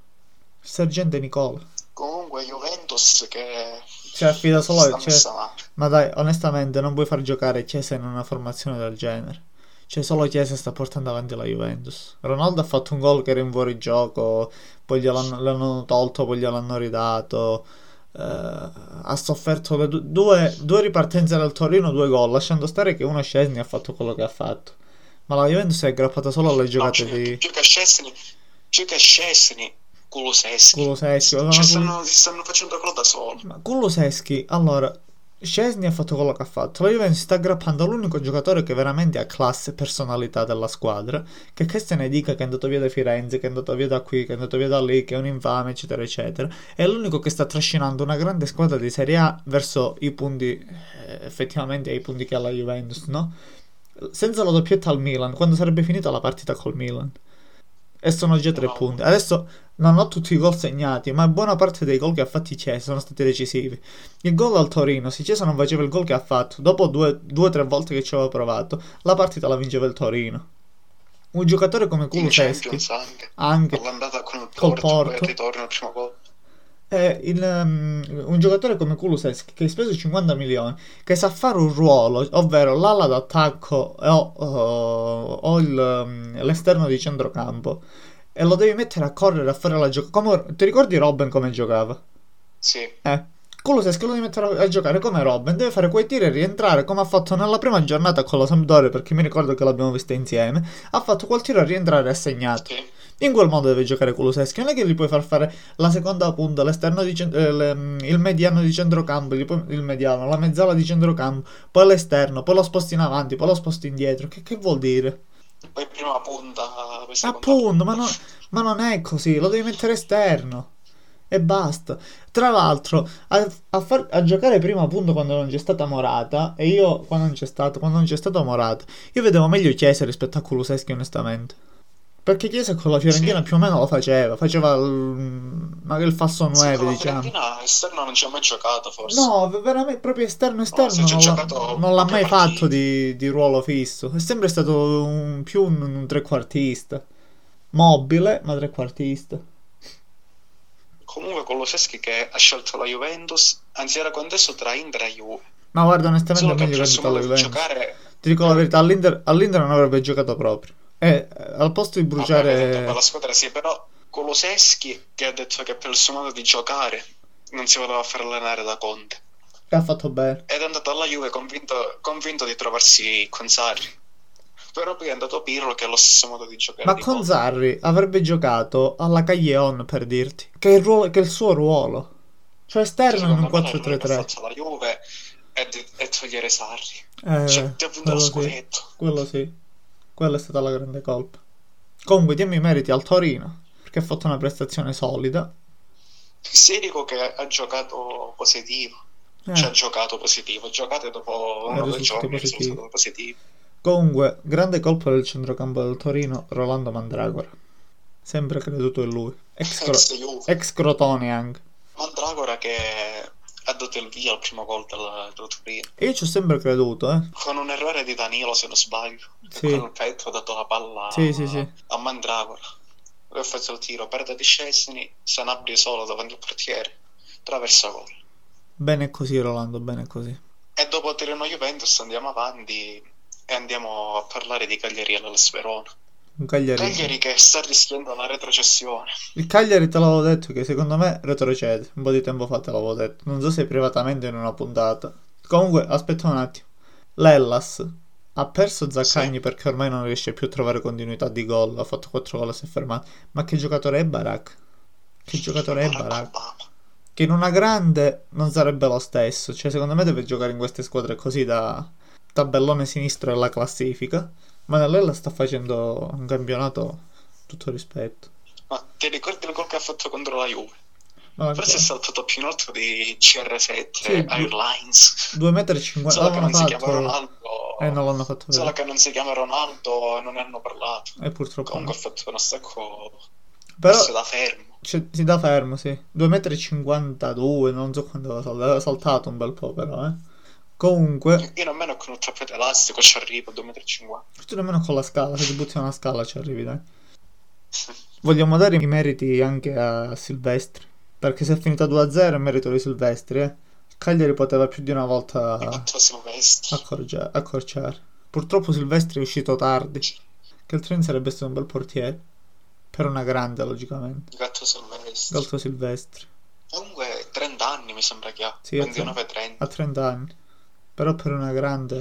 Il sergente Nicola. Comunque Juventus che Si affida solo sta al messa male. Ma dai, onestamente, non puoi far giocare Chiesa in una formazione del genere. Cioè, solo Chiesa sta portando avanti la Juventus. Ronaldo ha fatto un gol che era in fuorigioco, poi gliel'hanno l'hanno tolto, poi gliel'hanno ridato. Eh, ha sofferto le du- due, due ripartenze del Torino, due gol, lasciando stare che uno Szczesny ha fatto quello che ha fatto. Ma la Juventus è aggrappata solo alle No, giocate più, di più che Szczesny, più che Szczesny, Kulusevski. Kulusevski. Cioè, Ma stanno, si stanno facendo gol da soli. Ma Kulusevski, allora, Szczesny ha fatto quello che ha fatto. La Juventus sta aggrappando all'unico giocatore che veramente ha classe e personalità della squadra. Che che se ne dica che è andato via da Firenze, che è andato via da qui, che è andato via da lì, che è un infame, eccetera, eccetera. È l'unico che sta trascinando una grande squadra di Serie A verso i punti, eh, effettivamente ai punti che ha la Juventus, no? Senza la doppietta al Milan, quando sarebbe finita la partita col Milan. E sono già tre No. punti. Adesso non ho tutti i gol segnati, ma buona parte dei gol che ha fatti Chiesa sono stati decisivi. Il gol al Torino, se Chiesa non faceva il gol che ha fatto, dopo due o tre volte che ci aveva provato, la partita la vinceva il Torino. Un giocatore come In Kulusevski, Champions anche. anche All'andata con il col Porto, poi Porto. al ritorno il primo gol. è il, um, un giocatore come Kulusevski che hai speso cinquanta milioni, che sa fare un ruolo, ovvero l'ala d'attacco o, o- o il, um, l'esterno di centrocampo, e lo devi mettere a correre a fare la giocata. Ti ricordi Robben come giocava? Sì. Eh, Kulusevski lo devi mettere a giocare come Robben, deve fare quei tiri e rientrare come ha fatto nella prima giornata con la Sampdoria, perché mi ricordo che l'abbiamo vista insieme. Ha fatto quel tiro a rientrare e ha segnato. Sì. In quel modo deve giocare Kulusevski, non è che gli puoi far fare la seconda punta, l'esterno di cent- eh, le- il mediano di centrocampo, gli puoi- il mediano, la mezzala di centrocampo, poi l'esterno, poi lo sposti in avanti, poi lo sposti indietro. Che, che vuol dire? Poi prima punta, poi seconda Appunto, ma, punta. no- ma non è così, lo devi mettere esterno. E basta. Tra l'altro, a, a far- a giocare prima appunto quando non c'è stata Morata, e io quando non c'è stato, quando non c'è stato Morata, io vedevo meglio Chiesa rispetto a Kulusevski, onestamente. Perché Chiesa con la Fiorentina Sì. più o meno lo faceva, faceva il, magari il falso Sì, nueve, con la diciamo. Fiorentina esterno non ci ha mai giocato, forse. No, veramente proprio esterno esterno se c'è non l'ha, giocato non l'ha poche mai partite. fatto di, di ruolo fisso. È sempre stato un, più un, un trequartista. Mobile, ma trequartista. Comunque Kulusevski che ha scelto la Juventus, anzi era contesto tra Inter e Juve. Ma guarda, onestamente Solo è che meglio per che il suo abituato alla modo di Juventus. giocare, Ti dico la verità, all'Inter, all'Inter non avrebbe giocato proprio. E eh, al posto di vabbè, vedendo per la bruciare... squadra sì, però Kulusevski che ha detto che per il suo modo di giocare non si voleva far allenare da Conte. E ha fatto bene. Ed è andato alla Juve convinto, convinto di trovarsi con Sarri. Però poi è andato Pirlo che ha lo stesso modo di giocare Ma di con Conte. Sarri avrebbe giocato alla Caglion, per dirti, che è il, ruolo, che è il suo ruolo. Cioè esterno in un Secondo me l'errore che ha quattro tre tre. fatto la Juve è, di- è togliere Sarri. Eh, Cioè, ti ha vinto lo quello sì, scudetto. quello sì. Quella è stata la grande colpa. Comunque diamo i meriti al Torino, perché ha fatto una prestazione solida. Sì, dico che ha giocato positivo. Cioè, ha Eh, giocato positivo. Ha giocato dopo ha uno o due risultati giorni, è positivi. risultato positivo. Comunque, grande colpo del centrocampo del Torino, Rolando Mandragora. Sempre creduto in lui. Ex, Cro- Ex Juve. ex Crotone anche. Mandragora che ha dato il via al primo gol del, del Torino. E io ci ho sempre creduto, eh. Con un errore di Danilo, se non sbaglio. Sì. Con il petto ha dato la palla Sì, sì, sì. a Mandragora. Lui ha fatto il tiro, perde di Szczesny, Sanabria solo davanti al portiere. Traversa gol. Bene così, Rolando, bene così. E dopo Torino Juventus andiamo avanti e andiamo a parlare di Cagliari all'Hellas Verona. Un Cagliari. Cagliari che sta rischiando la retrocessione. Il Cagliari te l'avevo detto che secondo me retrocede. Un po' di tempo fa te l'avevo detto. Non so se privatamente in una puntata. Comunque, aspetta un attimo. L'Hellas ha perso Zaccagni Sì. perché ormai non riesce più a trovare continuità di gol. Ha fatto quattro gol e si è fermato. Ma che giocatore è Barak? Che giocatore è Barack Barak? Obama. Che in una grande non sarebbe lo stesso. Cioè, secondo me deve giocare in queste squadre così da tabellone sinistro della classifica. Ma nell'Hellas sta facendo un campionato tutto rispetto. Ma ti ricordi il gol che ha fatto contro la Juve? Ma Forse è saltato più in alto di C R sette Sì, du- Airlines. due metri e cinquanta. Solo che L'avevano non si chiama fatto Ronaldo. e non l'hanno fatto Solo vedere. che non si chiama Ronaldo e non ne hanno parlato. E purtroppo Comunque no. ha fatto uno stacco Però forse da fermo. cioè, si dà fermo, sì. due metri e cinquantadue, non so quando aveva saltato. Aveva saltato un bel po' però, eh. Comunque, Io nemmeno con un tappeto elastico ci arrivo a due metri e cinquanta. tu nemmeno con la scala, se ti butti una scala ci arrivi, dai. Vogliamo dare i meriti anche a Silvestri, perché se è finita due a zero è merito di Silvestri, eh. Il Cagliari poteva più di una volta Quattro Silvestri. accorgia- accorciare. Purtroppo Silvestri è uscito tardi, che altrimenti sarebbe stato un bel portiere. Per una grande, logicamente. Gatto Silvestri. Galto Silvestri. Comunque trenta anni mi sembra che ha. Sì, a tre- ventinove trenta. ha trenta anni. Però per una grande...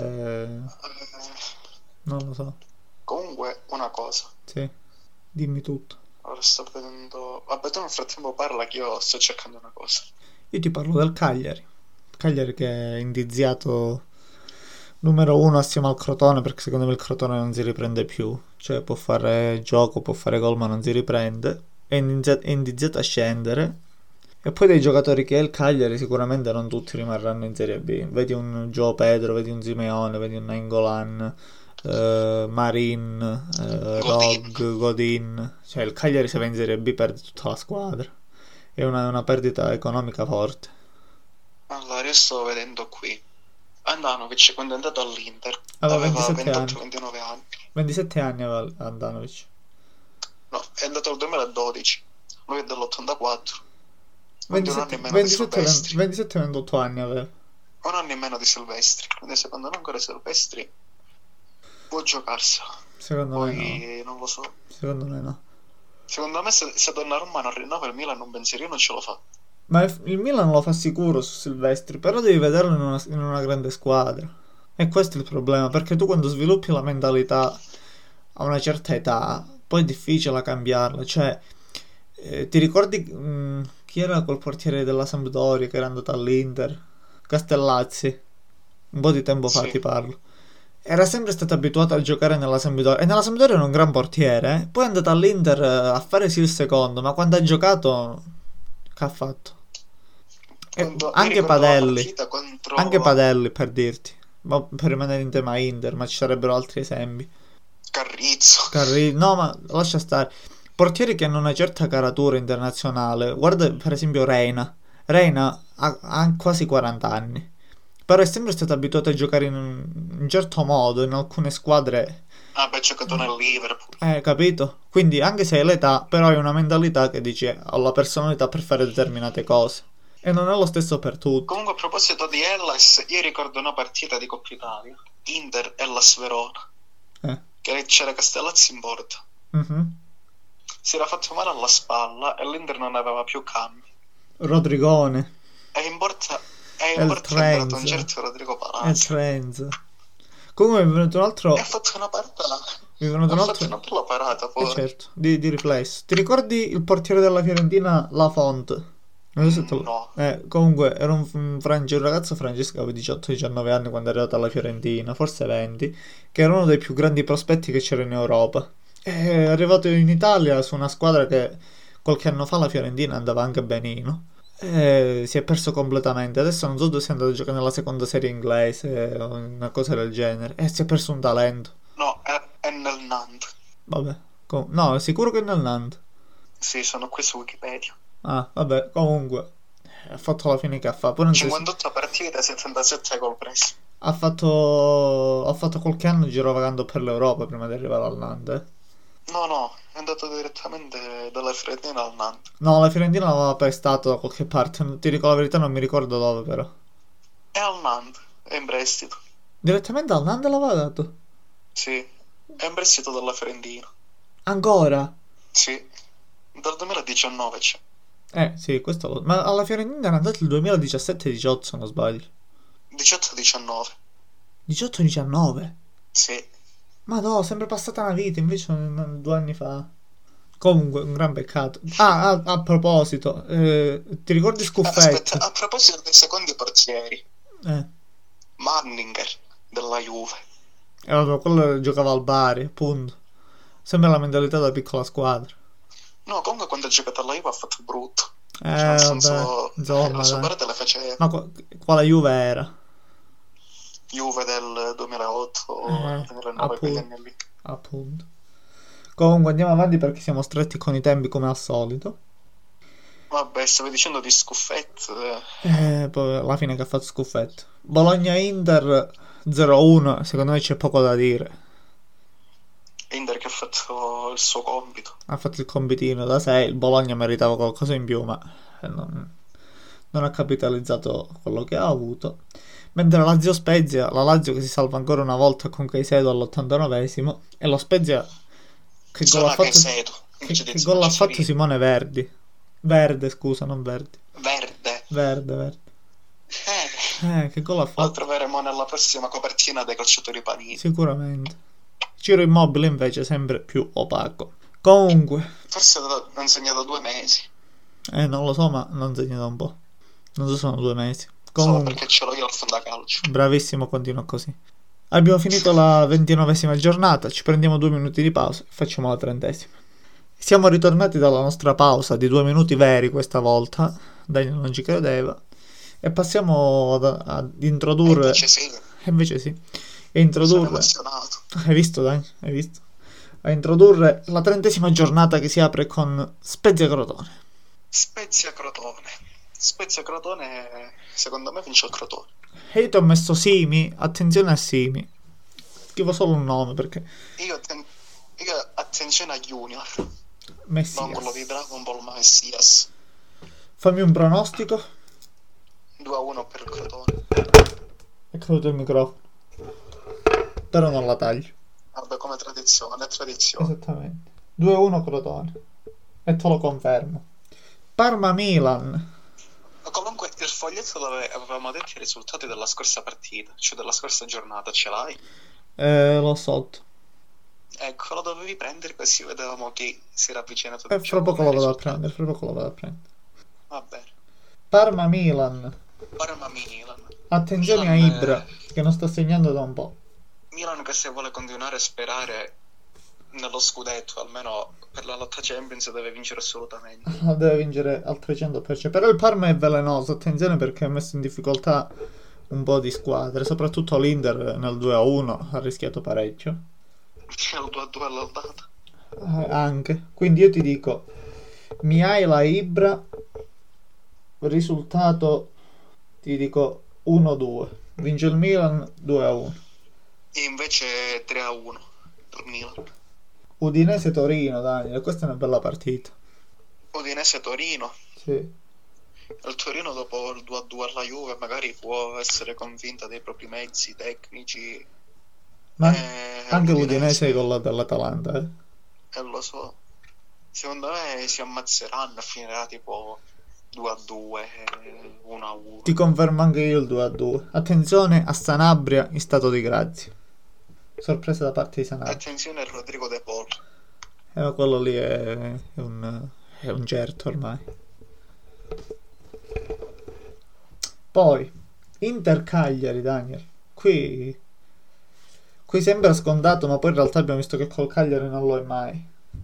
Eh, non lo so. comunque una cosa. Sì, dimmi tutto. Ora sto vedendo. Vabbè, tu nel frattempo parla che io sto cercando una cosa. Io ti parlo del Cagliari. Cagliari che è indiziato numero uno assieme al Crotone, perché secondo me il Crotone non si riprende più. Cioè può fare gioco, può fare gol, ma non si riprende. È indiziato, è indiziato a scendere. E poi dei giocatori che è il Cagliari sicuramente non tutti rimarranno in Serie B. Vedi un Gio Pedro, vedi un Simeone, vedi un Nainggolan, eh, Marin, eh, Godin. Rog, Godin. Cioè il Cagliari se va in Serie B perde tutta la squadra. È una, una perdita economica forte. Allora, io sto vedendo qui. Andanovic quando è andato all'Inter Aveva aveva ventisette anni. ventotto ventinove anni. ventisette anni aveva Andanovic. No, è andato nel duemiladodici. Lui è dell'ottantaquattro. ventuno anni in meno di ventisette Silvestri. ventisette ventotto anni aveva. Un anno in meno di Silvestri. Quindi secondo me ancora Silvestri può giocarsela. Secondo me no. Poi non lo so. Secondo me no. Secondo me se, se Donnarumma non rinnova il Milan un pensierino ce lo fa. Ma il, il Milan lo fa sicuro su Silvestri, però devi vederlo in una, in una grande squadra. E questo è il problema, perché tu quando sviluppi la mentalità a una certa età, poi è difficile cambiarla. Cioè, eh, ti ricordi mh, chi era quel portiere della Sampdoria che era andato all'Inter? Castellazzi. Un po' di tempo fa Sì. ti parlo. Era sempre stato abituato a giocare nella Sampdoria. E nella Sampdoria era un gran portiere, eh. Poi è andato all'Inter eh, a fare sì il secondo, ma quando ha giocato, che ha fatto? E Quando- mi anche ricordo la Padelli, partita contro- anche Padelli per dirti, ma per rimanere in tema Inter, ma ci sarebbero altri esempi. Carrizzo. Carri- no, ma lascia stare. Portieri che hanno una certa caratura internazionale. Guarda per esempio Reina. Reina ha, ha quasi quaranta anni. Però è sempre stato abituato a giocare in un, in un certo modo, in alcune squadre. Ah, beh, ha giocato nel Liverpool. Eh, capito? Quindi anche se hai l'età, però hai una mentalità che dice ho la personalità per fare determinate cose. E non è lo stesso per tutti. Comunque, a proposito di Hellas, io ricordo una partita di Coppa Italia, Inter Hellas Verona, Eh. che c'era Castellazzi in porta. Mhm. Si era fatto male alla spalla e l'Inter non aveva più cambi. Rodrigone. E in porta, e in El porta è entrato un Trenz. certo Rodrigo E Palazzo. Trenz. Comunque mi è venuto un altro. E ha fatto una parata. Mi è venuto Ha un fatto una altro. bella parata Eh poi. certo, di, di riflesso. Ti ricordi il portiere della Fiorentina, Lafont? Non so se te lo- No. Eh, comunque era un, un, frange- un ragazzo francese che aveva diciotto diciannove anni quando è arrivato alla Fiorentina, forse venti, che era uno dei più grandi prospetti che c'era in Europa. È arrivato in Italia su una squadra che qualche anno fa la Fiorentina andava anche benino. E si è perso completamente. Adesso non so dove sia andato a giocare nella seconda serie inglese o una cosa del genere. E si è perso un talento. No, è, è nel Nantes. Vabbè. Com- no, è sicuro che è nel Nantes. Sì, sono qui su Wikipedia. Ah, vabbè, comunque. Ha fatto la fine che ha fatto. Poi non si- cinquantotto partite, settantasette gol presi. Ha fatto. Ha fatto qualche anno girovagando per l'Europa prima di arrivare al Nantes. eh. No, no, è andato direttamente dalla Fiorentina al Nantes. No, la Fiorentina l'aveva pestato da qualche parte. non- Ti dico la verità, non mi ricordo dove, però. È al Nantes, è in prestito. Direttamente al Nantes l'aveva dato. Sì, è in prestito dalla Fiorentina. Ancora? Sì, dal duemiladiciannove c'è. Eh, sì, questo lo... Ma alla Fiorentina era andato il duemiladiciassette diciotto, se non sbaglio. diciotto diciannove. diciotto diciannove? Sì. Ma no, sempre passata una vita, invece non- due anni fa. Comunque, un gran peccato. Ah, a, a proposito, eh, ti ricordi Ah, Scuffetto? aspetta, a proposito dei secondi portieri, Eh, Manninger della Juve. allora, quello giocava al Bari, appunto. Sempre la mentalità da piccola squadra. No, comunque quando ha giocato alla Juve ha fatto brutto. Eh, Cioè, nel vabbè, senso, insomma, la sua dai. parata la faceva. Ma qua- quale Juve era? Juve del duemilaotto, Eh, duemilanove, quegli appunto, anni lì. appunto. Comunque andiamo avanti perché siamo stretti con i tempi come al solito. Vabbè, stavi dicendo di Scuffetto. eh. Eh, poi alla fine che ha fatto Scuffetto. Bologna-Inter zero uno, secondo me c'è poco da dire. Inter che ha fatto il suo compito. Ha fatto il compitino da sé, il Bologna meritava qualcosa in più, ma eh, non, non ha capitalizzato quello che ha avuto. Mentre Lazio Spezia, la Lazio che si salva ancora una volta con Caicedo all'ottantanovesimo e lo Spezia che gol ha Zona fatto, Caicedo, che, invece che di gol ha fatto Cesarini. Simone Verdi. Verde, scusa, non Verdi. Verde. Verde, Verde. Eh, Eh, che gol ha lo fatto? troveremo nella prossima copertina dei calciatori panini. Sicuramente. Ciro Immobile invece sempre più opaco. Comunque, Forse da- ha insegnato due mesi. eh, non lo so, ma non segna da un po'. Non so, sono due mesi. Solo Comunque, perché ce l'ho io al fondacalcio. bravissimo, continua così. Abbiamo finito la ventinovesima giornata, ci prendiamo due minuti di pausa e facciamo la trentesima. Siamo ritornati dalla nostra pausa di due minuti veri questa volta, Daniel non ci credeva, e passiamo ad, ad E introdurre... invece sì, E invece sì, e sono introdurre... emozionato. Hai visto, Daniel? Hai visto? A introdurre la trentesima giornata che si apre con Spezia Crotone. Spezia Crotone. Spezia Crotone, secondo me vince il Crotone. E io ti ho messo Simi, attenzione a Simi. Scrivo solo un nome perché... Io, atten- io attenzione a Junior, non quello di Messias. Dragon Ball, ma Messias. Fammi un pronostico. due a uno per il Crotone. È caduto il microfono. Però non la taglio. Vabbè, come tradizione, è tradizione. Esattamente. due a uno Crotone. E te lo confermo. Parma-Milan. Ma comunque il foglietto dove avevamo detto i risultati della scorsa partita, cioè della scorsa giornata, ce l'hai? Eh, l'ho sotto. Ecco, lo dovevi prendere così vedevamo chi si era avvicinato E di più fra poco come lo vado a risultato. prendere. Fra poco lo vado a prendere. Va bene. Parma-Milan. Parma-Milan. Attenzione a Milan, Ibra, eh, che non sta segnando da un po'. Milan che se vuole continuare a sperare nello scudetto, almeno per la lotta Champions, deve vincere assolutamente. Lo deve vincere al trecento per cento. Però il Parma è velenoso, attenzione perché ha messo in difficoltà un po' di squadre, soprattutto l'Inter nel due a uno ha rischiato parecchio. Il due a due all'andata. Eh, anche. Quindi io ti dico Mihaila Ibra, risultato ti dico uno a due. Vince il Milan due a uno. E invece tre a uno per Milan. Udinese Torino, Daniele, questa è una bella partita. Udinese Torino. Sì. Il Torino dopo il due a due alla Juve magari può essere convinta dei propri mezzi tecnici. Ma eh, anche l'Udinese l'Udinese, con la dell'Atalanta, eh. e lo so, secondo me si ammazzeranno e finirà tipo due a due, uno a uno. Ti confermo anche io il due a due. Attenzione a Sanabria in stato di grazia. Sorpresa da parte di Sanabria. Attenzione a Rodrigo De Paul. Eh, ma quello lì è, è un, è un certo ormai. Poi, Inter Cagliari, Daniel. Qui, qui sembra scontato, ma poi in realtà abbiamo visto che col Cagliari non lo è mai.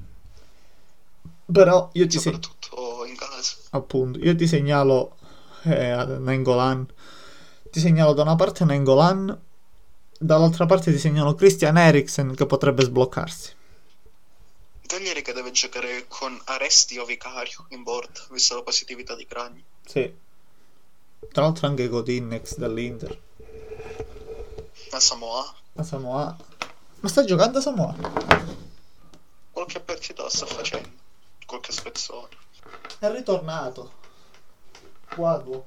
Però io ti, se- Soprattutto in casa. appunto, io ti segnalo eh, Nainggolan. Ti segnalo da una parte Nainggolan, dall'altra parte ti segnalo Christian Eriksen che potrebbe sbloccarsi. Cagliari che deve giocare con Aresti o Vicario in board, vista la positività di Cragni. Sì. Tra l'altro anche Godin ex dell'Inter. Ma Samoa, Ma Samoa. Ma sta giocando Samoa? qualche partita la sta facendo, qualche spezzone. È ritornato. Guardo.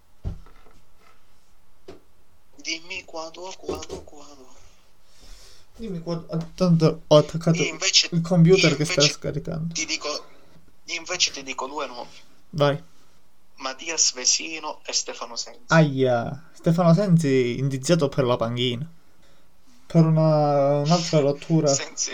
Dimmi quadro, quadro, quadro. Dimmi quando. Tanto ho attaccato Io invece, il computer io che sta invece scaricando. ti dico, io invece ti dico due nomi: Vai. Mattias Vesino e Stefano Sensi. Aia. Stefano Sensi indiziato per la panchina. Per una, un'altra rottura. Sensi,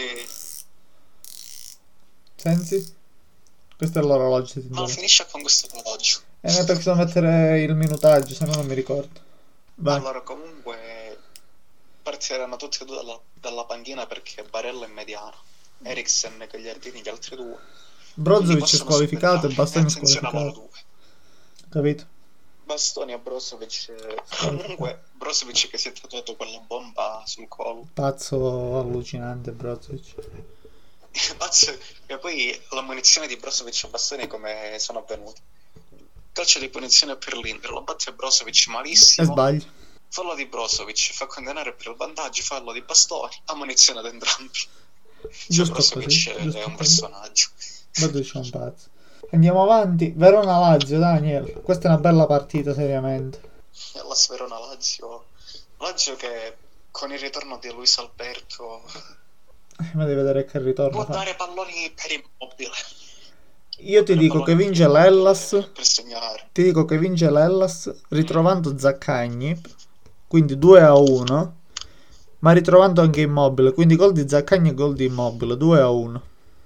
Sensi? Questo è l'orologio. ma finisce con questo orologio. E ne penso mettere il minutaggio, se no non mi ricordo. Vai. Allora, comunque partiranno tutti e due dalla, dalla panchina perché Barella è mediano, Eriksen, Gagliardini, gli altri due. Brozovic è Possono squalificato e superare. Bastoni è Attenzione a loro squalificato. due. Capito? Bastoni a Brozovic. Comunque Brozovic che si è tatuato quella bomba sul collo. Pazzo allucinante Brozovic. Pazzo, e poi la munizione di Brozovic a Bastoni come sono avvenuti. Calcio di punizione per l'Inter, lo batte Brozovic E malissimo. sbaglia. Fallo di Brozovic, fa condannare per il vantaggio, fallo di Bastoni, ammonizione ad entrambi. Cioè, Giusto Brozovic così, è giusto un così. personaggio. Brozovic è un pazzo. Andiamo avanti. Verona-Lazio, Daniel. Questa è una bella partita, seriamente. E la Sverona Lazio. Lazio che con il ritorno di Luis Alberto Eh, Ma devi vedere che ritorno può fa. dare palloni per Immobile. Io ti Dare dico che palloni vince per Immobile l'Hellas. per segnare. Ti dico che vince l'Hellas ritrovando Zaccagni. Quindi due a uno. Ma ritrovando anche Immobile. Quindi gol di Zaccagni e gol di Immobile. due a uno.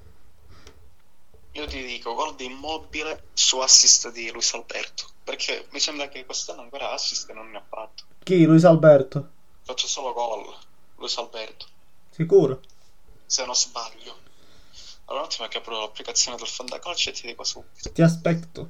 Io ti dico gol di Immobile su assist di Luis Alberto, perché mi sembra che quest'anno ancora assist non ne ha fatto. Chi? Luis Alberto? Ha fatto solo gol Luis Alberto, Sicuro? se non sbaglio. Allora un attimo che apro l'applicazione del Fantacalcio e ti dico subito. Ti aspetto.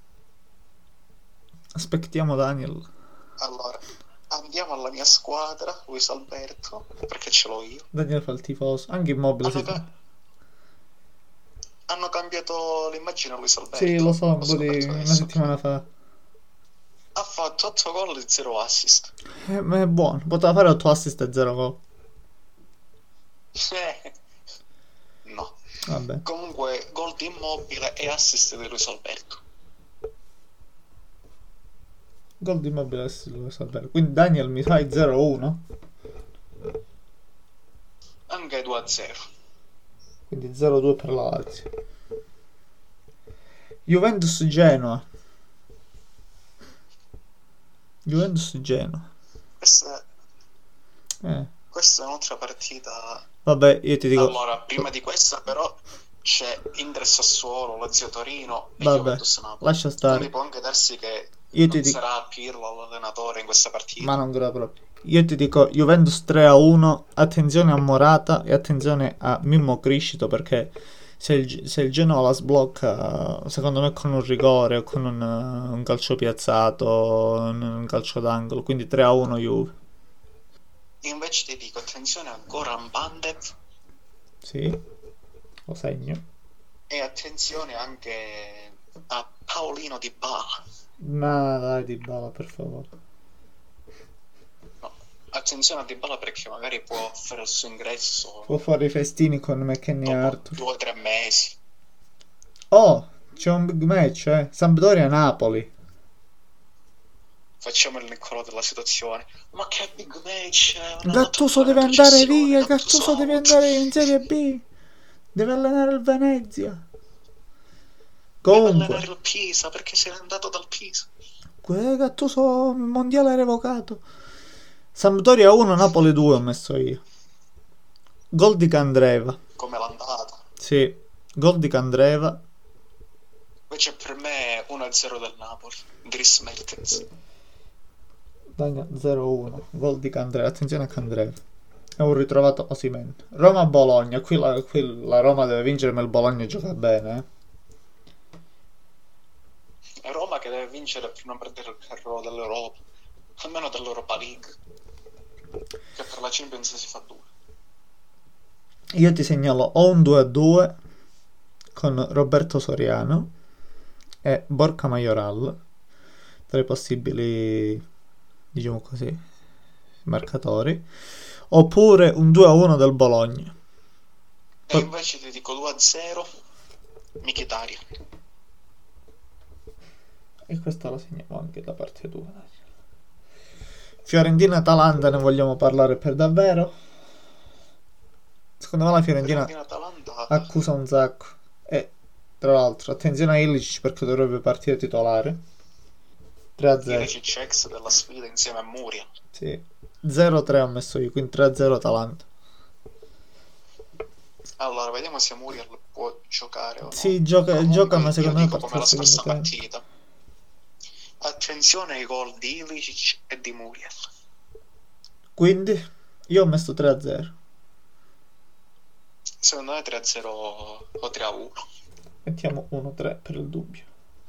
Aspettiamo Daniel. Allora, andiamo alla mia squadra, Luis Alberto, perché ce l'ho io. Daniel fa il tifoso. Anche Immobile Hanno, si fa. ca- hanno cambiato l'immagine a Luis Alberto. Sì, lo so, un Ho po' scoperto di una adesso. settimana fa. Ha fatto otto gol e zero assist. Eh, ma è buono. Poteva fare otto assist e zero gol. Eh, no. Vabbè. Comunque, gol di Immobile e assist di Luis Alberto. Gol di Immobile adesso lo sapere. Quindi Daniel mi fai zero a uno. Anche due a zero. Quindi zero a due per la Lazio. Juventus Genoa. Juventus Genoa. Questa, Eh. questa è un'altra partita. Vabbè, io ti dico. Allora, prima di questa però c'è Inter Sassuolo, Lazio Torino e Vabbè, Juventus Napoli. lascia stare. Quindi può anche darsi che Io ti non dico. sarà Pirlo l'allenatore in questa partita. Ma non credo proprio. Io ti dico Juventus tre a uno. Attenzione a Morata e attenzione a Mimmo Criscito, perché se il, se il Genoa la sblocca, secondo me con un rigore o con un, un calcio piazzato, un, un calcio d'angolo. Quindi tre a uno Juve. Invece ti dico attenzione a Goran Pandev Sì, lo segno. e attenzione anche a Paolino Dybala. Ma dai, Dybala, per favore. No, attenzione a Dybala perché magari può fare il suo ingresso Può fare i festini con McKennie e dopo Arthur. due o tre mesi. Oh, c'è un big match, eh. Sampdoria-Napoli. facciamo il Niccolò della situazione. Ma che big match! Gattuso deve andare via, Gattuso deve andare in Serie B. Deve allenare il Venezia. Comunque, deve allenare il Pisa, perché se n'è andato dal Pisa. Gattuso mondiale revocato. Sampdoria uno, Napoli due ho messo io. Gol di Candreva. Come l'ha andata? Sì, gol di Candreva. Invece per me uno a zero del Napoli. Dries Mertens. zero uno, gol di Candreva. Attenzione a Candreva. È un ritrovato Osimhen. Roma-Bologna. Qui la, qui la Roma deve vincere, ma il Bologna gioca bene. Eh. È Roma che deve vincere per non perdere il carro dell'Europa. Almeno dell'Europa League. Che per la Champions si fa due. Io ti segnalo o un due a due con Roberto Soriano e Borca Majoral tra i possibili, diciamo così, marcatori, oppure un due a uno del Bologna. E invece ti dico due a zero Mkhitaryan. E questa la segniamo anche da parte tua. Fiorentina-Atalanta, ne vogliamo parlare per davvero? Secondo me la Fiorentina, Fiorentina accusa un sacco. E tra l'altro attenzione a Ilicic perché dovrebbe partire titolare. tre a zero. Ilicic ex della sfida insieme a Muriel. Sì, zero a tre ho messo io, quindi tre a zero Atalanta. Allora vediamo se Muriel può giocare o no. Sì, gioca, Comunque, gioca ma secondo me come la scorsa partita. Attenzione ai gol di Ilicic e di Muriel. Quindi io ho messo tre a zero. Secondo me tre a zero o tre a uno. Mettiamo uno a tre per il dubbio.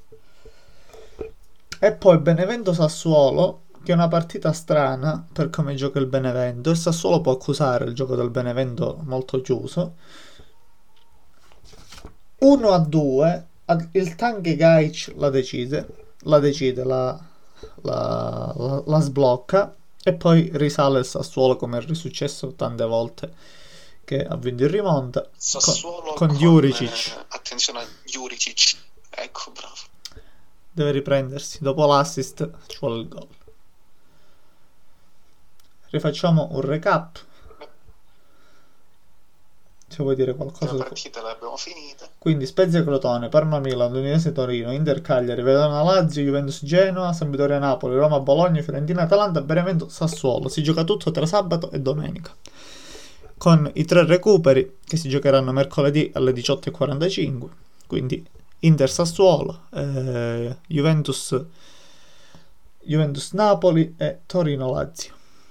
E poi Benevento Sassuolo, che è una partita strana per come gioca il Benevento. Il Sassuolo può accusare il gioco del Benevento molto chiuso. uno a due. Il Tanguy Gaic la decide. La decide, la, la, la, la sblocca. E poi risale il Sassuolo come è risuccesso tante volte che ha vinto in rimonta Sassuolo con, con, con Juricic. Eh, attenzione a Juricic, ecco, bravo. Deve riprendersi, dopo l'assist ci vuole il gol. Rifacciamo un recap. Se vuoi dire qualcosa. Le partite le abbiamo finite. Quindi Spezia Crotone, Parma Milan, Udinese Torino, Inter Cagliari, Verona Lazio, Juventus Genoa, Sampdoria Napoli, Roma Bologna, Fiorentina Atalanta, Benevento Sassuolo. Si gioca tutto tra sabato e domenica, con i tre recuperi che si giocheranno mercoledì alle diciotto e quarantacinque. Quindi Inter Sassuolo, eh, Juventus Juventus Napoli e Torino Lazio.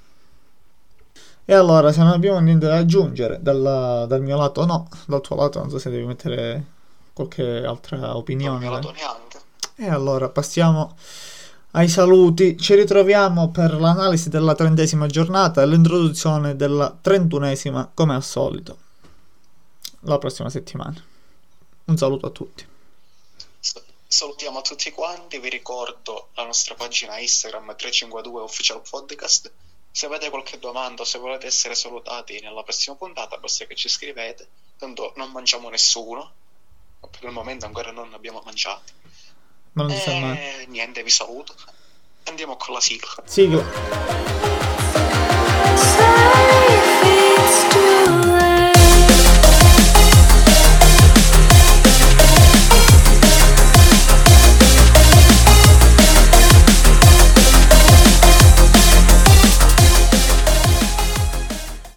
E allora, se non abbiamo niente da aggiungere dal, dal mio lato, no, dal tuo lato non so se devi mettere qualche altra opinione. Dal mio lato neanche. E allora passiamo ai saluti. Ci ritroviamo per l'analisi della trentesima giornata e l'introduzione della trentunesima, come al solito, la prossima settimana. Un saluto a tutti. Salutiamo a tutti quanti, vi ricordo la nostra pagina Instagram trecentocinquantadue Official Podcast. Se avete qualche domanda o se volete essere salutati nella prossima puntata, basta che ci scrivete. Tanto non mangiamo nessuno, per il momento ancora non ne abbiamo mangiati. Ma non e si sa mai. Niente, vi saluto. Andiamo con la sigla. Sigla.